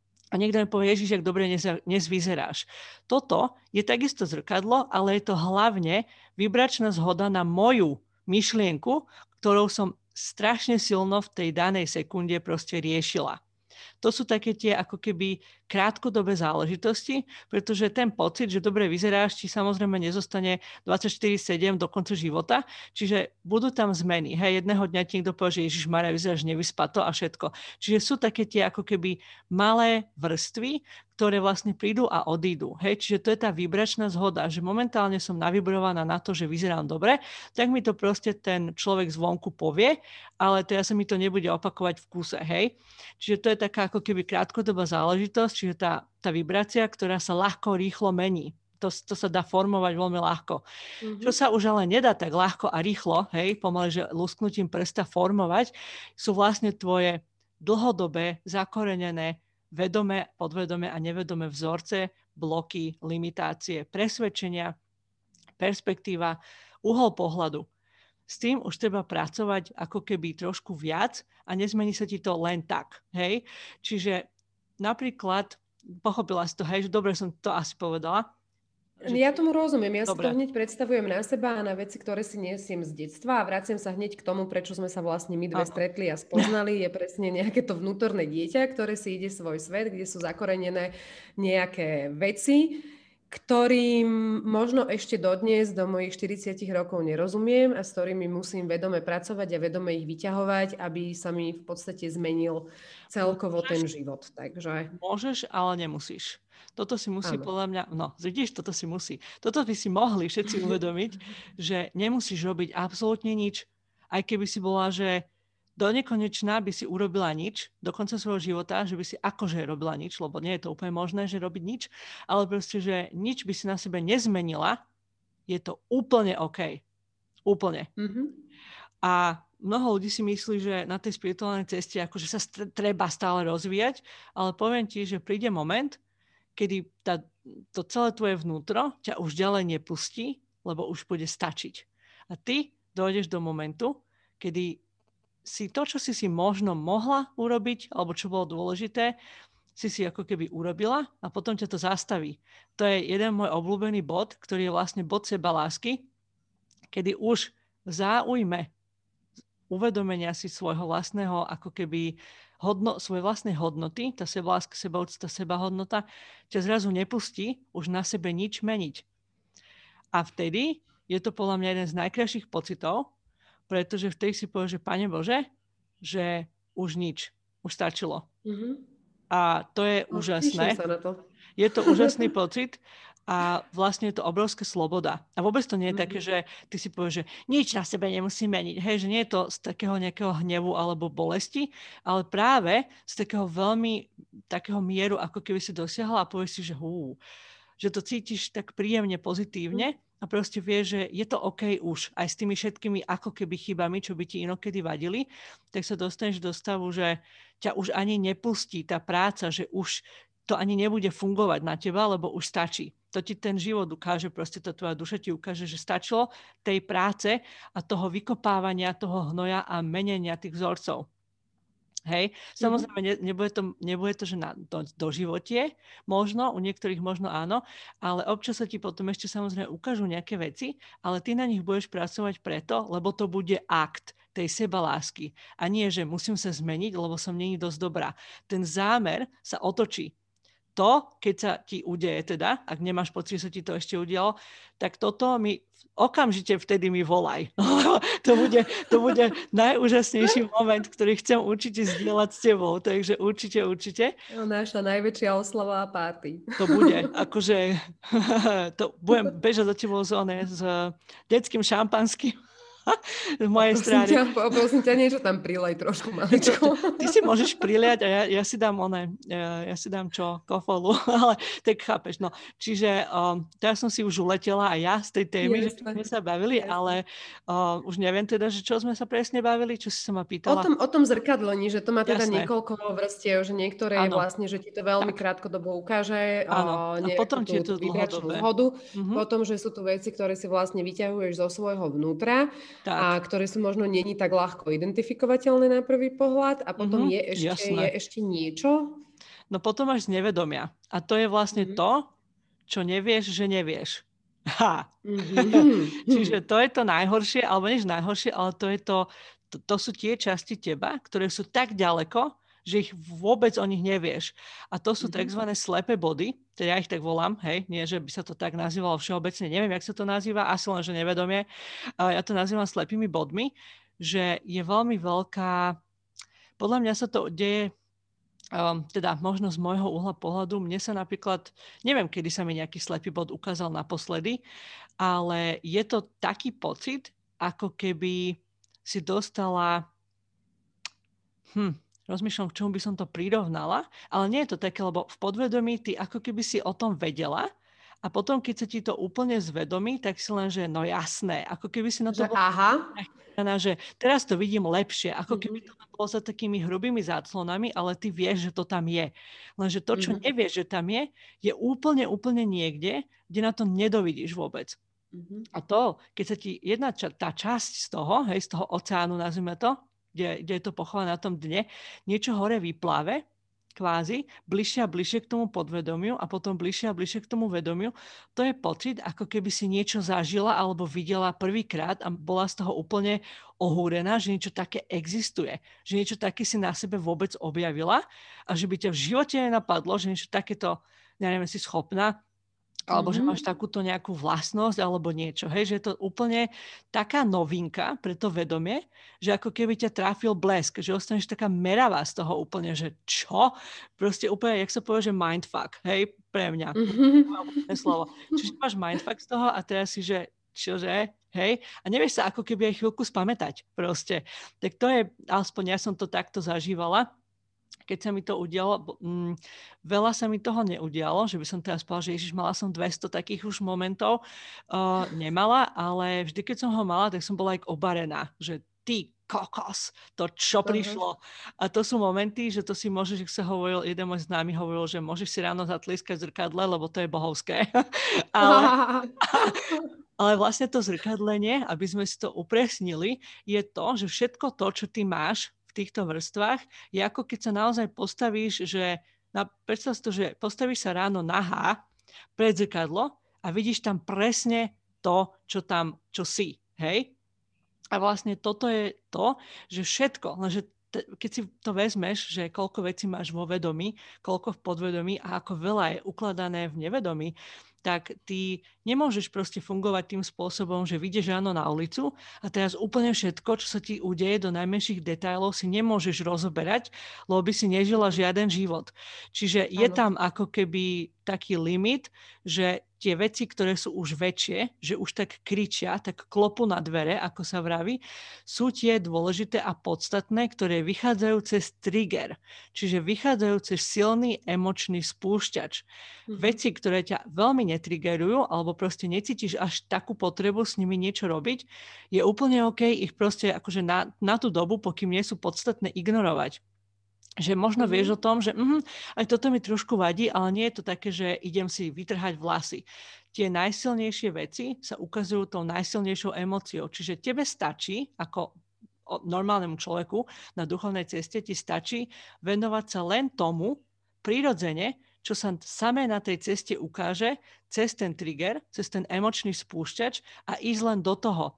a niekto mi povie, Ježiš, jak dobre dnes, dnes vyzeráš. Toto je takisto zrkadlo, ale je to hlavne vibračná zhoda na moju myšlienku, ktorou som strašne silno v tej danej sekunde proste riešila. To sú také tie ako keby krátkodobé záležitosti, pretože ten pocit, že dobre vyzeráš, ti samozrejme nezostane dvadsaťštyri sedem do konca života, čiže budú tam zmeny. Hej, jedného dňa ti niekto povie, že Ježišmarja, vyzeráš nevyspato a všetko. Čiže sú také tie ako keby malé vrstvy, ktoré vlastne prídu a odídu. Hej, čiže to je tá vibračná zhoda, že momentálne som navibrovaná na to, že vyzerám dobre, tak mi to proste ten človek zvonku povie, ale to ja sa mi to nebude opakovať v kúse. Hej. Čiže to je taká ako keby krátkodobá záležitosť, čiže tá, tá vibrácia, ktorá sa ľahko, rýchlo mení. To, to sa dá formovať veľmi ľahko. Mm-hmm. Čo sa už ale nedá tak ľahko a rýchlo, hej, pomaly, že lusknutím prsta formovať, sú vlastne tvoje dlhodobé, zakorenené, vedomé, podvedomé a nevedomé vzorce, bloky, limitácie, presvedčenia, perspektíva, uhol pohľadu. S tým už treba pracovať ako keby trošku viac a nezmení sa ti to len tak. Hej? Čiže napríklad, pochopila si to, hej, že dobre som to asi povedala. Že... Ja tomu rozumiem, ja dobre. si to hneď predstavujem na seba a na veci, ktoré si nesiem z detstva a vraciam sa hneď k tomu, prečo sme sa vlastne my dve Aha. stretli a spoznali. Je presne nejaké to vnútorné dieťa, ktoré si ide svoj svet, kde sú zakorenené nejaké veci, ktorým možno ešte dodnes, do mojich štyridsiatich rokov nerozumiem a s ktorými musím vedome pracovať a vedome ich vyťahovať, aby sa mi v podstate zmenil celkovo môžeš, ten život. Takže... Môžeš, ale nemusíš. Toto si musí Áno. podľa mňa, no, vidíš, toto si musí. Toto by si mohli všetci uvedomiť, že nemusíš robiť absolútne nič, aj keby si bola, že do nekonečná by si urobila nič, do konca svojho života, že by si akože robila nič, lebo nie je to úplne možné, že robiť nič, ale proste, že nič by si na sebe nezmenila, je to úplne OK. Úplne. Mm-hmm. A mnoho ľudí si myslí, že na tej spirituálnej ceste akože sa st- treba stále rozvíjať, ale poviem ti, že príde moment, kedy tá, to celé tvoje vnútro ťa už ďalej nepustí, lebo už bude stačiť. A ty dojdeš do momentu, kedy si to, čo si si možno mohla urobiť, alebo čo bolo dôležité, si si ako keby urobila a potom ťa to zastaví. To je jeden môj obľúbený bod, ktorý je vlastne bod sebalásky, kedy už v záujme uvedomenia si svojho vlastného, ako keby hodno, svojej vlastnej hodnoty, tá sebaláska, sebaúcta, sebahodnota, ťa zrazu nepustí už na sebe nič meniť. A vtedy je to podľa mňa jeden z najkrajších pocitov, pretože vtedy si povie, že Pane Bože, že už nič, už stačilo. Mm-hmm. A to je no, úžasné. Sa na to. Je to úžasný pocit a vlastne je to obrovská sloboda. A vôbec to nie je mm-hmm. také, že ty si povieš, že nič na sebe nemusí meniť. Hej, že nie je to z takého nejakého hnevu alebo bolesti, ale práve z takého veľmi takého mieru, ako keby si dosiahla a povieš si, že hú, že to cítiš tak príjemne, pozitívne a proste vieš, že je to OK už aj s tými všetkými ako keby chybami, čo by ti inokedy vadili, tak sa dostaneš do stavu, že ťa už ani nepustí tá práca, že už to ani nebude fungovať na teba, lebo už stačí. To ti ten život ukáže, proste to tvoja duša ti ukáže, že stačilo tej práce a toho vykopávania, toho hnoja a menenia tých vzorcov. Hej, samozrejme, ne, nebude, to, nebude to, že na do, do životie, možno, u niektorých možno áno, ale občas sa ti potom ešte samozrejme ukážu nejaké veci, ale ty na nich budeš pracovať preto, lebo to bude akt tej sebalásky. A nie, že musím sa zmeniť, lebo som není dosť dobrá. Ten zámer sa otočí. To, keď sa ti udeje teda, ak nemáš pocit, že sa ti to ešte udialo, tak toto mi okamžite vtedy mi volaj. to, bude, to bude najúžasnejší moment, ktorý chcem určite zdieľať s tebou. Takže určite, určite. Naša najväčšia oslava a party. To bude, akože to budem bežať za tebou zóne s detským šampanským. Z mojej strany. Poprosím ťa, niečo tam prilej trošku maličko. Ty si môžeš priliať a ja, ja si dám one, ja, ja si dám čo, kofolu, ale tak chápeš, no. Čiže um, teraz som si už uletela aj ja z tej témy, Jasne. Že sme sa bavili, Jasne. ale uh, už neviem teda, že čo sme sa presne bavili, čo si sa ma pýtala. O tom, o tom zrkadlení, že to má teda Jasne. niekoľko vrstiev, že niektoré je vlastne, že ti to veľmi tak. krátkodobo ukáže, Áno. A potom ti je to dlhodobé. Zhodu, mm-hmm. potom, že sú tu veci, ktoré si vlastne vyťahuješ zo svojho vnútra, tak. a ktoré sú možno není tak ľahko identifikovateľné na prvý pohľad a potom mm-hmm, je, ešte, je ešte niečo? No potom máš z nevedomia. A to je vlastne mm-hmm. to, čo nevieš, že nevieš. Ha! Mm-hmm. Čiže to je to najhoršie, alebo než najhoršie, ale to je to, to, to sú tie časti teba, ktoré sú tak ďaleko, že ich vôbec o nich nevieš. A to sú mm-hmm. tzv. Slepé body, teda ja ich tak volám, hej, nie, že by sa to tak nazývalo všeobecne, neviem, jak sa to nazýva, asi len, že nevedomie. Ja to nazývam slepými bodmi, že je veľmi veľká, podľa mňa sa to deje, um, teda možno z môjho uhla pohľadu, mne sa napríklad, neviem, kedy sa mi nejaký slepý bod ukázal naposledy, ale je to taký pocit, ako keby si dostala, hm, rozmýšľam, k čomu by som to prirovnala, ale nie je to také, lebo v podvedomí ty ako keby si o tom vedela a potom, keď sa ti to úplne zvedomí, tak si len, že no jasné, ako keby si na to... Že aha. Že teraz to vidím lepšie, ako keby to bolo za takými hrubými záclonami, ale ty vieš, že to tam je. Lenže to, čo mm-hmm. nevieš, že tam je, je úplne, úplne niekde, kde na to nedovidíš vôbec. Mm-hmm. A to, keď sa ti jedna ča- tá časť z toho, hej, z toho oceánu, nazvime to, Kde, kde je to pochované na tom dne, niečo hore vypláve, kvázi, bližšie a bližšie k tomu podvedomiu a potom bližšie a bližšie k tomu vedomiu. To je pocit, ako keby si niečo zažila alebo videla prvýkrát a bola z toho úplne ohúrená, že niečo také existuje, že niečo také si na sebe vôbec objavila a že by ťa v živote nenapadlo, že niečo takéto, ja neviem, si schopná, alebo mm-hmm. že máš takúto nejakú vlastnosť alebo niečo. Hej, že je to úplne taká novinka pre to vedomie, že ako keby ťa tráfil blesk, že ostaneš taká meravá z toho úplne, že čo? Proste úplne, jak sa povie, že mindfuck, hej, pre mňa. Mm-hmm. Slovo. Čiže máš mindfuck z toho a teraz si, že čože, hej? A nevieš sa ako keby aj chvíľku spamätať proste. Tak to je, aspoň ja som to takto zažívala. Keď sa mi to udialo, m, veľa sa mi toho neudialo, že by som teraz povedala, že Ježiš, mala som dvesto takých už momentov. Uh, nemala, ale vždy, keď som ho mala, tak som bola aj obarená, že ty kokos, to čo uh-huh. prišlo. A to sú momenty, že to si môžeš, jak sa hovoril, jeden môj známy hovoril, že môžeš si ráno zatlieskať v zrkadle, lebo to je bohovské. ale, ale vlastne to zrkadlenie, aby sme si to upresnili, je to, že všetko to, čo ty máš v týchto vrstvách, je ako keď sa naozaj postavíš, že na, predstav si to, že postavíš sa ráno nahá pred zrkadlo a vidíš tam presne to, čo tam, čo si, hej? A vlastne toto je to, že všetko, lenže te, keď si to vezmeš, že koľko vecí máš vo vedomí, koľko v podvedomí a ako veľa je ukladané v nevedomí, tak ty nemôžeš proste fungovať tým spôsobom, že vyjdeš ráno na ulicu a teraz úplne všetko, čo sa ti udeje do najmenších detailov, si nemôžeš rozoberať, lebo by si nežila žiaden život. Čiže je ano. Tam ako keby taký limit, že tie veci, ktoré sú už väčšie, že už tak kričia, tak klopu na dvere, ako sa vraví, sú tie dôležité a podstatné, ktoré vychádzajú cez trigger. Čiže vychádzajú cez silný emočný spúšťač. Mhm. Veci, ktoré ťa veľmi netriggerujú, alebo proste necítiš až takú potrebu s nimi niečo robiť, je úplne OK ich proste akože na, na tú dobu, pokým nie sú podstatné, ignorovať. Že možno Mhm. vieš o tom, že mm, aj toto mi trošku vadí, ale nie je to také, že idem si vytrhať vlasy. Tie najsilnejšie veci sa ukazujú tou najsilnejšou emóciou. Čiže tebe stačí, ako normálnemu človeku na duchovnej ceste, ti stačí venovať sa len tomu prirodzene, čo sa samé na tej ceste ukáže cez ten trigger, cez ten emočný spúšťač a ísť len do toho.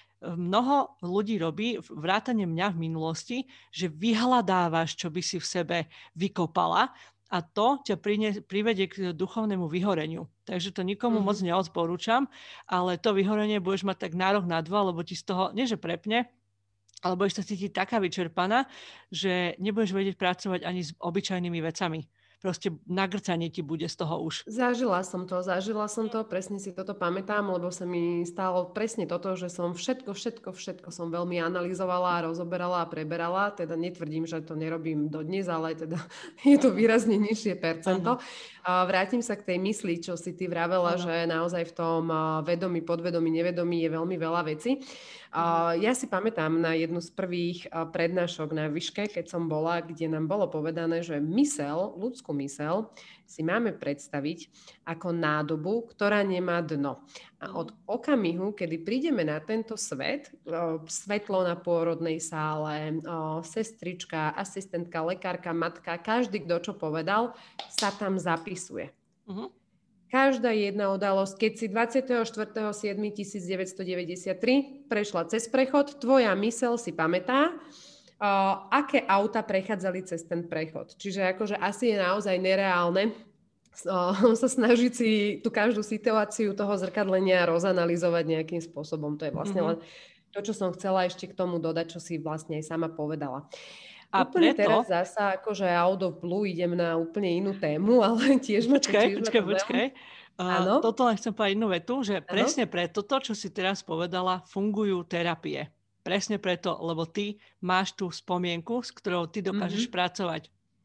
Mnoho ľudí robí, vrátane mňa v minulosti, že vyhľadávaš, čo by si v sebe vykopala a to ťa privedie k duchovnému vyhoreniu. Takže to nikomu mm-hmm. moc neodporúčam, ale to vyhorenie budeš mať tak na rok, na dva, lebo ti z toho, nie že prepne, ale budeš sa cítiť taká vyčerpaná, že nebudeš vedieť pracovať ani s obyčajnými vecami. Proste nagrcanie ti bude z toho už. Zažila som to, zažila som to, presne si toto pamätám, lebo sa mi stalo presne toto, že som všetko, všetko, všetko som veľmi analyzovala, rozoberala a preberala, teda netvrdím, že to nerobím dodnes, ale teda je to výrazne nižšie percento. Uh-huh. Vrátim sa k tej mysli, čo si ty vravela, uh-huh. že naozaj v tom vedomí, podvedomí, nevedomí je veľmi veľa vecí. Uh, ja si pamätám na jednu z prvých uh, prednášok na výške, keď som bola, kde nám bolo povedané, že mysel, ľudskú mysel si máme predstaviť ako nádobu, ktorá nemá dno. A od okamihu, kedy prídeme na tento svet, uh, svetlo na pôrodnej sále, uh, sestrička, asistentka, lekárka, matka, každý, kto čo povedal, sa tam zapisuje. Uh-huh. Každá jedna udalosť, keď si dvadsiateho štvrtého júla tisícdeväťstodeväťdesiattri prešla cez prechod, tvoja myseľ si pamätá, uh, aké auta prechádzali cez ten prechod. Čiže akože asi je naozaj nereálne uh, sa snažiť si tú každú situáciu toho zrkadlenia rozanalizovať nejakým spôsobom. To je vlastne mm-hmm. len to, čo som chcela ešte k tomu dodať, čo si vlastne aj sama povedala. A úplne preto... teraz zasa, akože out of blue, idem na úplne inú tému, ale tiež ma to... Počkaj, počkaj, počkaj. Uh, toto len chcem povedať jednu vetu, že ano? Presne preto, to, čo si teraz povedala, fungujú terapie. Presne preto, lebo ty máš tú spomienku, s ktorou ty dokážeš mm-hmm. pracovať.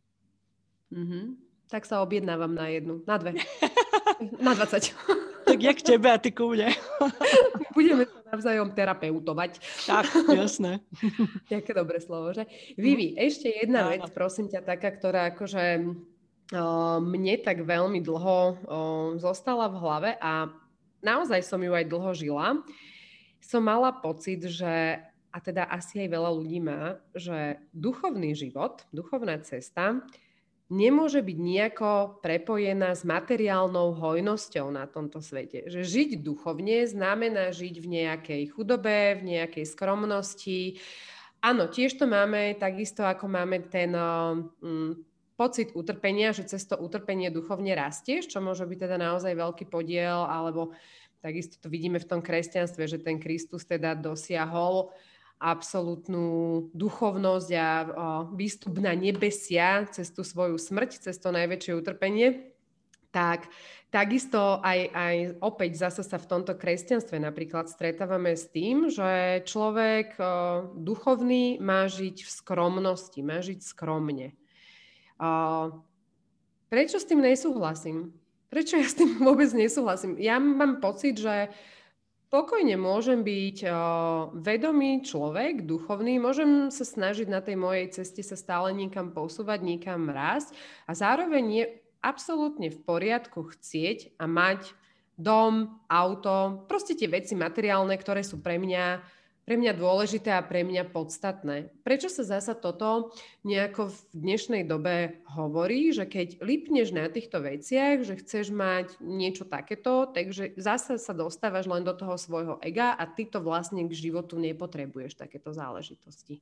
Mm-hmm. Tak sa objednávam na jednu, na dve, na dvadsať. Tak jak tebe a ty ku mne. Budeme sa navzájom terapeutovať. Tak, jasné. Jaké dobré slovo, že? Vivi, mm. ešte jedna vec, prosím ťa, taká, ktorá akože o, mne tak veľmi dlho o, zostala v hlave a naozaj som ju aj dlho žila. Som mala pocit, že, a teda asi aj veľa ľudí má, že duchovný život, duchovná cesta nemôže byť nejako prepojená s materiálnou hojnosťou na tomto svete. Že žiť duchovne znamená žiť v nejakej chudobe, v nejakej skromnosti. Áno, tiež to máme takisto, ako máme ten um, pocit utrpenia, že cez to utrpenie duchovne rastieš, čo môže byť teda naozaj veľký podiel, alebo takisto to vidíme v tom kresťanstve, že ten Kristus teda dosiahol absolútnu duchovnosť a o, výstup na nebesia cez tú svoju smrť, cez to najväčšie utrpenie, tak takisto aj, aj opäť zase sa v tomto kresťanstve napríklad stretávame s tým, že človek o, duchovný má žiť v skromnosti, má žiť skromne. O, prečo s tým nesúhlasím? Prečo ja s tým vôbec nesúhlasím? Ja mám pocit, že pokojne môžem byť o, vedomý človek, duchovný, môžem sa snažiť na tej mojej ceste sa stále niekam posúvať, niekam rásť a zároveň je absolútne v poriadku chcieť a mať dom, auto, proste tie veci materiálne, ktoré sú pre mňa, pre mňa dôležité a pre mňa podstatné. Prečo sa zasa toto nejako v dnešnej dobe hovorí, že keď lipneš na týchto veciach, že chceš mať niečo takéto, takže zasa sa dostávaš len do toho svojho ega a ty to vlastne k životu nepotrebuješ, takéto záležitosti.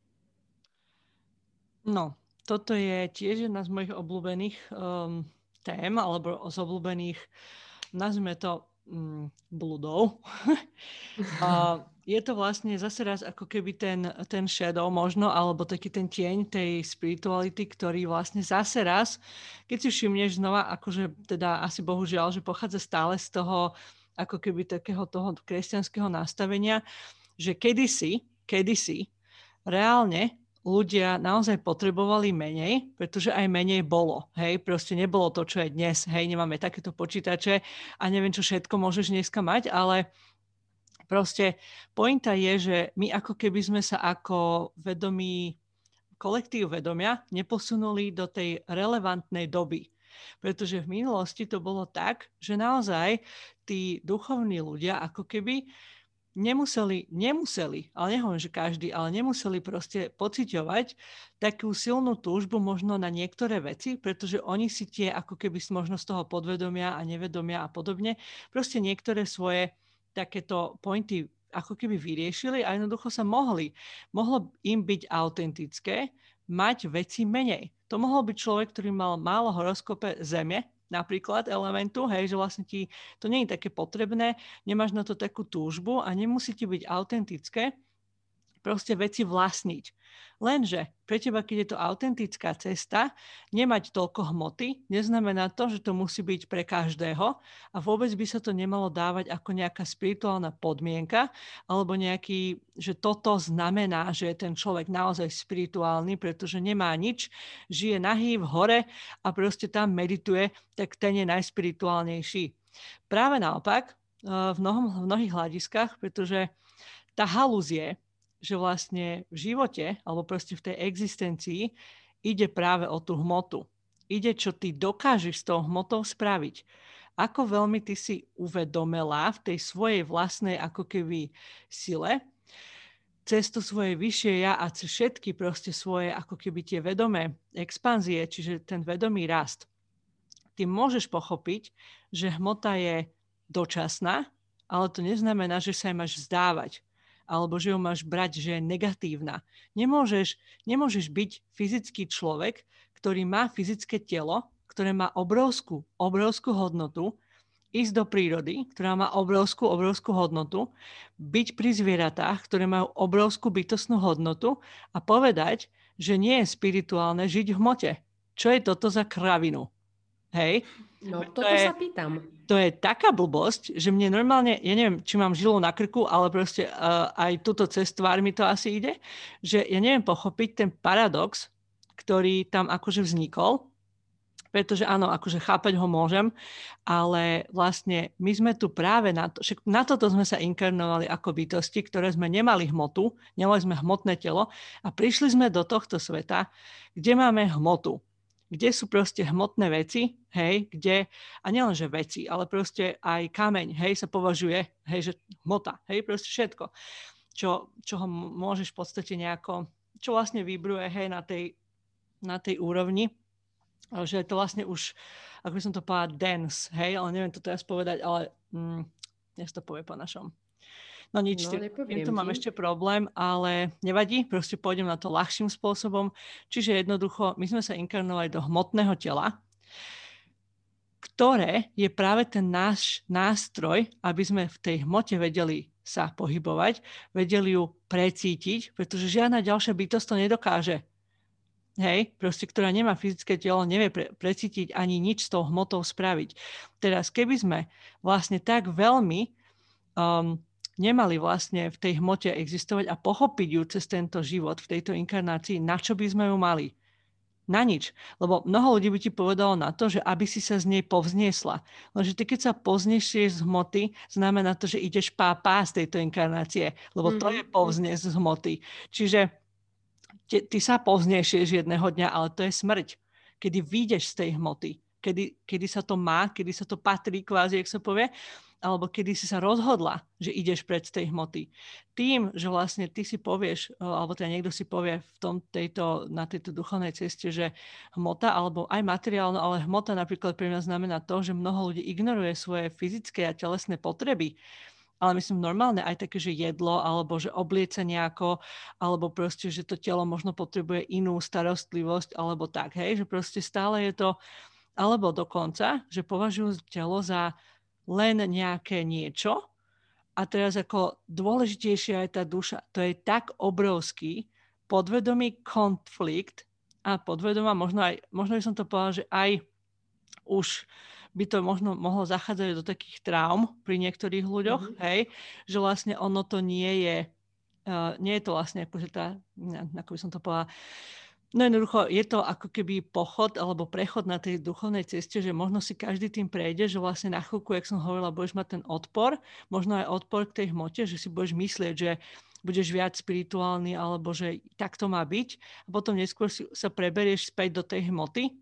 No, toto je tiež jedna z mojich obľúbených um, tém, alebo z obľúbených, nazvime to, um, bludov. A je to vlastne zase raz ako keby ten, ten shadow možno, alebo taký ten tieň tej spirituality, ktorý vlastne zase raz, keď si všimneš znova, akože teda asi bohužiaľ, že pochádza stále z toho ako keby takého toho kresťanského nastavenia, že kedysi, kedysi reálne ľudia naozaj potrebovali menej, pretože aj menej bolo. Hej, proste nebolo to, čo je dnes. Hej, nemáme takéto počítače a neviem, čo všetko môžeš dneska mať, ale proste pointa je, že my ako keby sme sa ako vedomí, kolektív vedomia neposunuli do tej relevantnej doby. Pretože v minulosti to bolo tak, že naozaj tí duchovní ľudia ako keby nemuseli, nemuseli, ale nehovorím, že každý, ale nemuseli proste pociťovať takú silnú túžbu možno na niektoré veci, pretože oni si tie ako keby možno z toho podvedomia a nevedomia a podobne, proste niektoré svoje takéto pointy ako keby vyriešili a jednoducho sa mohli. Mohlo im byť autentické, mať veci menej. To mohol byť človek, ktorý mal málo horoskope Zeme, napríklad elementu, hej, že vlastne ti to nie je také potrebné, nemáš na to takú túžbu a nemusí ti byť autentické proste veci vlastniť. Lenže pre teba, keď je to autentická cesta, nemať toľko hmoty, neznamená to, že to musí byť pre každého a vôbec by sa to nemalo dávať ako nejaká spirituálna podmienka alebo nejaký, že toto znamená, že je ten človek naozaj spirituálny, pretože nemá nič, žije nahý v hore a proste tam medituje, tak ten je najspirituálnejší. Práve naopak, v, mnohom, v mnohých hľadiskách, pretože tá halúz je, že vlastne v živote, alebo proste v tej existencii ide práve o tú hmotu. Ide, čo ty dokážeš s tou hmotou spraviť. Ako veľmi ty si uvedomila v tej svojej vlastnej ako keby sile, cez to svoje vyššie ja a cez všetky proste svoje ako keby tie vedomé expanzie, čiže ten vedomý rast. Ty môžeš pochopiť, že hmota je dočasná, ale to neznamená, že sa jej máš vzdávať alebo že ju máš brať, že je negatívna. Nemôžeš, nemôžeš byť fyzický človek, ktorý má fyzické telo, ktoré má obrovskú, obrovskú hodnotu, ísť do prírody, ktorá má obrovskú, obrovskú hodnotu, byť pri zvieratách, ktoré majú obrovskú bytostnú hodnotu a povedať, že nie je spirituálne žiť v hmote. Čo je toto za kravinu? Hej? No, To toto je, sa pýtam. to je taká blbosť, že mne normálne, ja neviem, či mám žilu na krku, ale proste uh, aj túto cez tvár mi to asi ide, že ja neviem pochopiť ten paradox, ktorý tam akože vznikol, pretože áno, akože chápať ho môžem, ale vlastne my sme tu práve na to, však na toto sme sa inkarnovali ako bytosti, ktoré sme nemali hmotu, nemali sme hmotné telo a prišli sme do tohto sveta, kde máme hmotu, kde sú proste hmotné veci, hej, kde, a nielenže veci, ale proste aj kameň, hej, sa považuje, hej, že hmota, hej, proste všetko, čo, čo ho môžeš v podstate nejako, čo vlastne vybruje, hej, na tej, na tej úrovni, že je to vlastne už, ako by som to povedala, dance, hej, ale neviem to teraz povedať, ale mm, dnes to povie po našom. No nič, No, tým, nepoviem týmto mám ti. ešte problém, ale nevadí, proste pôjdem na to ľahším spôsobom. Čiže jednoducho, my sme sa inkarnovali do hmotného tela, ktoré je práve ten náš nástroj, aby sme v tej hmote vedeli sa pohybovať, vedeli ju precítiť, pretože žiadna ďalšia bytosť to nedokáže. Hej, proste, ktorá nemá fyzické telo, nevie pre, precítiť ani nič s tou hmotou spraviť. Teraz, keby sme vlastne tak veľmi um, nemali vlastne v tej hmote existovať a pochopiť ju cez tento život, v tejto inkarnácii, na čo by sme ju mali? Na nič. Lebo mnoho ľudí by ti povedalo na to, že aby si sa z nej povzniesla. Lenže ty, keď sa povzniesieš z hmoty, znamená to, že ideš pápá z tejto inkarnácie. Lebo to je povzniesť z hmoty. Čiže ty sa povzniesieš jedného dňa, ale to je smrť. Kedy vyjdeš z tej hmoty. Kedy, kedy sa to má, kedy sa to patrí kvázi, jak sa povie, alebo kedy si sa rozhodla, že ideš preč z tej hmoty. Tým, že vlastne ty si povieš, alebo teda niekto si povie v tom, tejto, na tejto duchovnej ceste, že hmota, alebo aj materiálno, ale hmota napríklad pre mňa znamená to, že mnoho ľudí ignoruje svoje fyzické a telesné potreby, ale myslím normálne aj také, že jedlo, alebo že obliece nejako, alebo proste, že to telo možno potrebuje inú starostlivosť, alebo tak, hej, že proste stále je to, alebo dokonca, že považujú telo za len nejaké niečo a teraz ako dôležitejšia je tá duša. To je tak obrovský podvedomý konflikt a podvedomá, možno aj, možno by som to povedala, že aj už by to možno mohlo zachádzať do takých traum pri niektorých ľuďom, mm-hmm. hej, že vlastne ono to nie je Uh, nie je to vlastne akože tá, ako by som to povedala, no jednoducho je to ako keby pochod alebo prechod na tej duchovnej ceste, že možno si každý tým prejde, že vlastne na chvíľku, jak som hovorila, budeš mať ten odpor, možno aj odpor k tej hmote, že si budeš myslieť, že budeš viac spirituálny alebo že tak to má byť a potom neskôr si sa preberieš späť do tej hmoty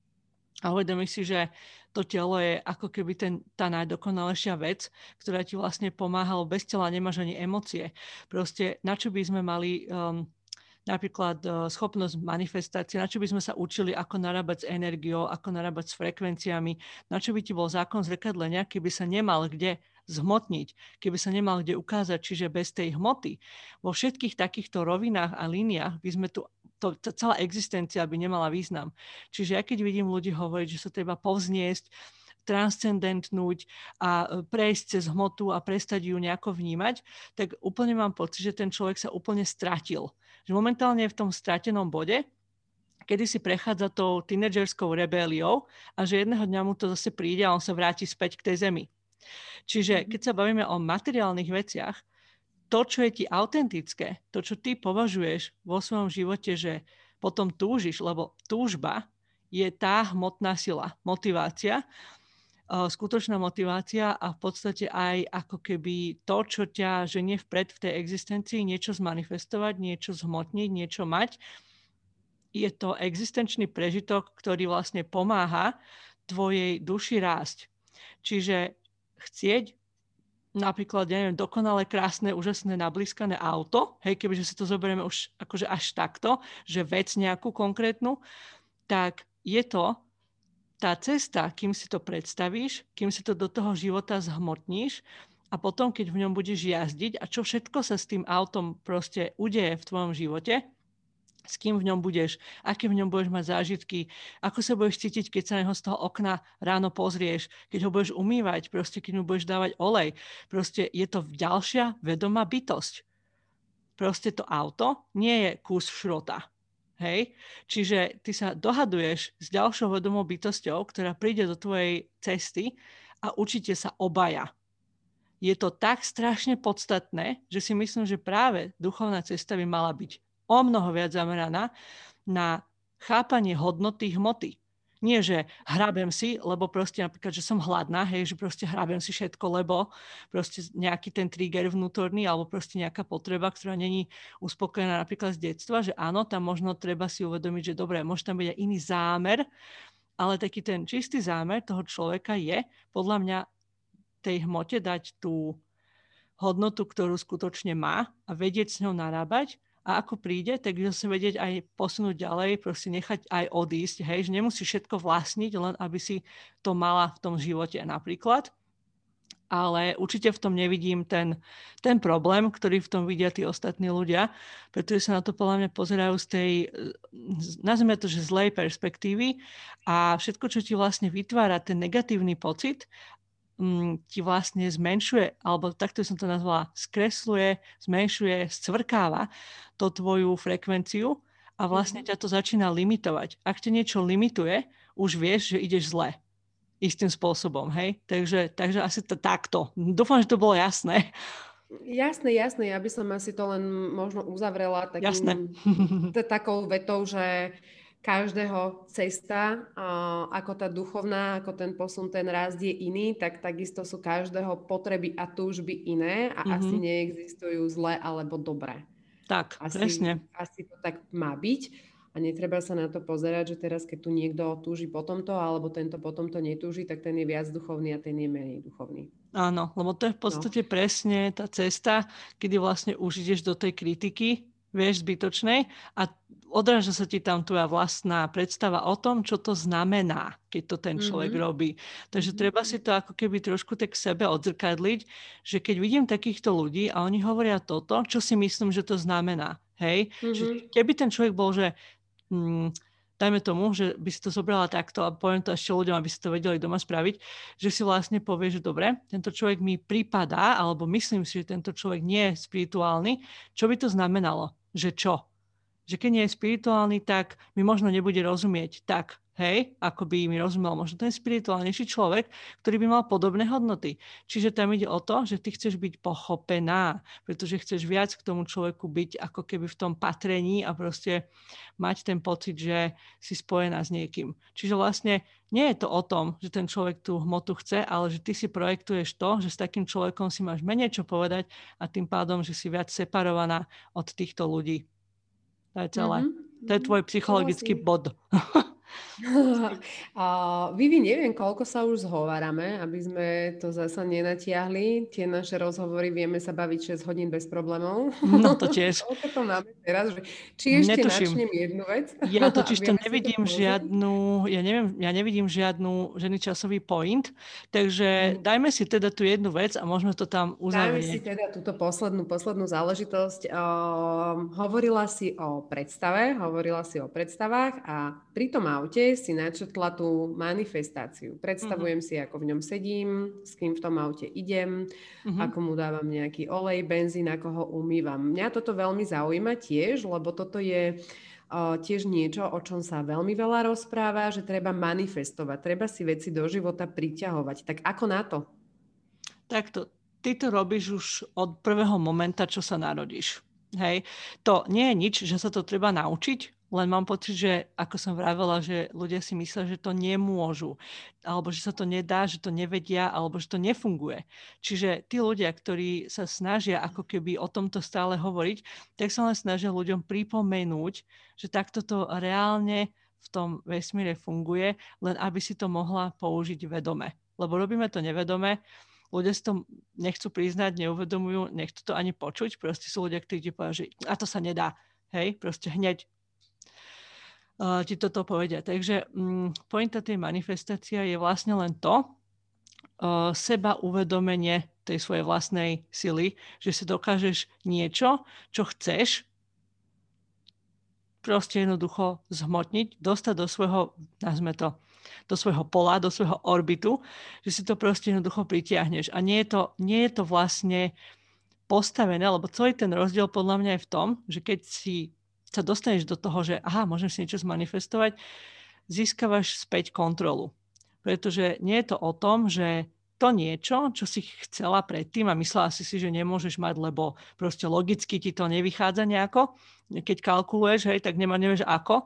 a uvedomíš si, že to telo je ako keby ten, tá najdokonalejšia vec, ktorá ti vlastne pomáha, lebo bez tela nemáš ani emócie. Proste na čo by sme mali um, napríklad uh, schopnosť manifestácie, na čo by sme sa učili, ako narábať s energiou, ako narábať s frekvenciami, na čo by ti bol zákon zrkadlenia, keby sa nemal kde zhmotniť, keby sa nemal kde ukázať, čiže bez tej hmoty. Vo všetkých takýchto rovinách a líniách by sme tu To, tá celá existencia by nemala význam. Čiže ja keď vidím ľudí hovoriť, že sa treba povzniesť, transcendentnúť a prejsť cez hmotu a prestať ju nejako vnímať, tak úplne mám pocit, že ten človek sa úplne stratil. Že momentálne je v tom stratenom bode, kedy si prechádza tou tínedžerskou rebéliou a že jedného dňa mu to zase príde a on sa vráti späť k tej zemi. Čiže keď sa bavíme o materiálnych veciach, to, čo je ti autentické, to, čo ty považuješ vo svojom živote, že potom túžiš, lebo túžba je tá hmotná sila, motivácia, skutočná motivácia a v podstate aj ako keby to, čo ťa ženie vpred v tej existencii, niečo zmanifestovať, niečo zhmotniť, niečo mať. Je to existenčný prežitok, ktorý vlastne pomáha tvojej duši rásť. Čiže chcieť napríklad, ja neviem, dokonale krásne, úžasné, nablískané auto, hej, kebyže si to zoberieme už akože až takto, že vec nejakú konkrétnu, tak je to tá cesta, kým si to predstavíš, kým si to do toho života zhmotníš a potom, keď v ňom budeš jazdiť a čo všetko sa s tým autom proste udeje v tvojom živote, s kým v ňom budeš, aké v ňom budeš mať zážitky, ako sa budeš cítiť, keď sa neho z toho okna ráno pozrieš, keď ho budeš umývať, proste keď mu budeš dávať olej. Proste je to ďalšia vedomá bytosť. Proste to auto nie je kus šrota. Hej? Čiže ty sa dohaduješ s ďalšou vedomou bytosťou, ktorá príde do tvojej cesty a určite sa obaja. Je to tak strašne podstatné, že si myslím, že práve duchovná cesta by mala byť o mnoho viac zameraná na chápanie hodnoty hmoty. Nie, že hrabem si, lebo proste napríklad, že som hladná, hej, že proste hrabem si všetko, lebo proste nejaký ten trigger vnútorný alebo proste nejaká potreba, ktorá není uspokojená napríklad z detstva, že áno, tam možno treba si uvedomiť, že dobre, môže tam byť aj iný zámer, ale taký ten čistý zámer toho človeka je podľa mňa tej hmote dať tú hodnotu, ktorú skutočne má a vedieť s ňou narábať. A ako príde, tak zase vedieť aj posunúť ďalej, proste nechať aj odísť, hej, že nemusí všetko vlastniť, len aby si to mala v tom živote napríklad. Ale určite v tom nevidím ten, ten problém, ktorý v tom vidia tí ostatní ľudia, pretože sa na to podľa mňa pozerajú z tej, nazvime to, že zlej perspektívy a všetko, čo ti vlastne vytvára ten negatívny pocit, ti vlastne zmenšuje, alebo takto som to nazvala, skresluje, zmenšuje, scvrkáva to tvoju frekvenciu a vlastne ťa to začína limitovať. Ak ťa niečo limituje, už vieš, že ideš zle. Istým spôsobom, hej? Takže, takže asi to takto. Dúfam, že to bolo jasné. Jasné, jasné. Ja by som asi to len možno uzavrela takým, t- takou vetou, že každého cesta, ako tá duchovná, ako ten posun, ten rast je iný, tak takisto sú každého potreby a túžby iné a mm-hmm. asi neexistujú zlé alebo dobré. Tak, asi, presne. Asi to tak má byť a netreba sa na to pozerať, že teraz keď tu niekto túži po tomto alebo tento po tomto netúži, tak ten je viac duchovný a ten je menej duchovný. Áno, lebo to je v podstate no. presne tá cesta, kedy vlastne už ideš do tej kritiky, vieš, zbytočnej a odráža sa ti tam tvoja vlastná predstava o tom, čo to znamená, keď to ten človek mm-hmm. robí. Takže mm-hmm. treba si to ako keby trošku tak sebe odzrkadliť, že keď vidím takýchto ľudí a oni hovoria toto, čo si myslím, že to znamená. Hej? Mm-hmm. Že keby ten človek bol, že hm, dajme tomu, že by si to zobrala takto a poviem to ešte ľuďom, aby si to vedeli doma spraviť, že si vlastne povie, že dobre, tento človek mi pripadá, alebo myslím si, že tento človek nie je spirituálny, čo by to znamenalo? Že čo? Že keď nie je spirituálny, tak mi možno nebude rozumieť tak, hej, ako by mi rozumel možno ten spirituálnejší človek, ktorý by mal podobné hodnoty. Čiže tam ide o to, že ty chceš byť pochopená, pretože chceš viac k tomu človeku byť ako keby v tom patrení a proste mať ten pocit, že si spojená s niekým. Čiže vlastne nie je to o tom, že ten človek tú hmotu chce, ale že ty si projektuješ to, že s takým človekom si máš menej čo povedať a tým pádom, že si viac separovaná od týchto ľudí. To je celé. Mm-hmm. To je tvoj psychologický bod. A Vivi, neviem, koľko sa už zhovárame, aby sme to zasa nenatiahli. Tie naše rozhovory vieme sa baviť šesť hodín bez problémov. No to tiež. Koľko to máme teraz? Že... Či ešte Netuším. načnem jednu vec? Ja totiž to nevidím to žiadnu, ja neviem, ja nevidím žiadnu, žiadny časový point, takže mm. dajme si teda tú jednu vec a môžeme to tam uzavrieť. Dajme si teda túto poslednú, poslednú záležitosť. Uh, hovorila si o predstave, hovorila si o predstavách a pri tom aute si načrtla tú manifestáciu. Predstavujem mm-hmm. si, ako v ňom sedím, s kým v tom aute idem, mm-hmm. ako mu dávam nejaký olej, benzín, ako ho umývam. Mňa toto veľmi zaujíma tiež, lebo toto je uh, tiež niečo, o čom sa veľmi veľa rozpráva, že treba manifestovať, treba si veci do života priťahovať. Tak ako na to? Takto, ty to robíš už od prvého momenta, čo sa narodíš. Hej, to nie je nič, že sa to treba naučiť, len mám pocit, že ako som vravela, že ľudia si myslia, že to nemôžu, alebo že sa to nedá, že to nevedia, alebo že to nefunguje. Čiže tí ľudia, ktorí sa snažia ako keby o tomto stále hovoriť, tak sa len snažia ľuďom pripomenúť, že takto to reálne v tom vesmíre funguje, len aby si to mohla použiť vedome. Lebo robíme to nevedome, ľudia si to nechcú priznať, neuvedomujú, nechcú to ani počuť, proste sú ľudia, ktorí ti povedia, že a to sa nedá, hej, proste hneď uh, ti toto povedia. Takže um, pointa tej manifestácie je vlastne len to, uh, seba uvedomenie tej svojej vlastnej sily, že si dokážeš niečo, čo chceš, proste jednoducho zhmotniť, dostať do svojho, nazme to, do svojho pola, do svojho orbitu, že si to proste jednoducho pritiahneš. A nie je to, nie je to vlastne postavené, lebo celý ten rozdiel podľa mňa je v tom, že keď si sa dostaneš do toho, že aha, môžem si niečo zmanifestovať, získavaš späť kontrolu. Pretože nie je to o tom, že to niečo, čo si chcela predtým a myslela si si, že nemôžeš mať, lebo proste logicky ti to nevychádza nejako, keď kalkuluješ, hej, tak nemá, nevieš ako,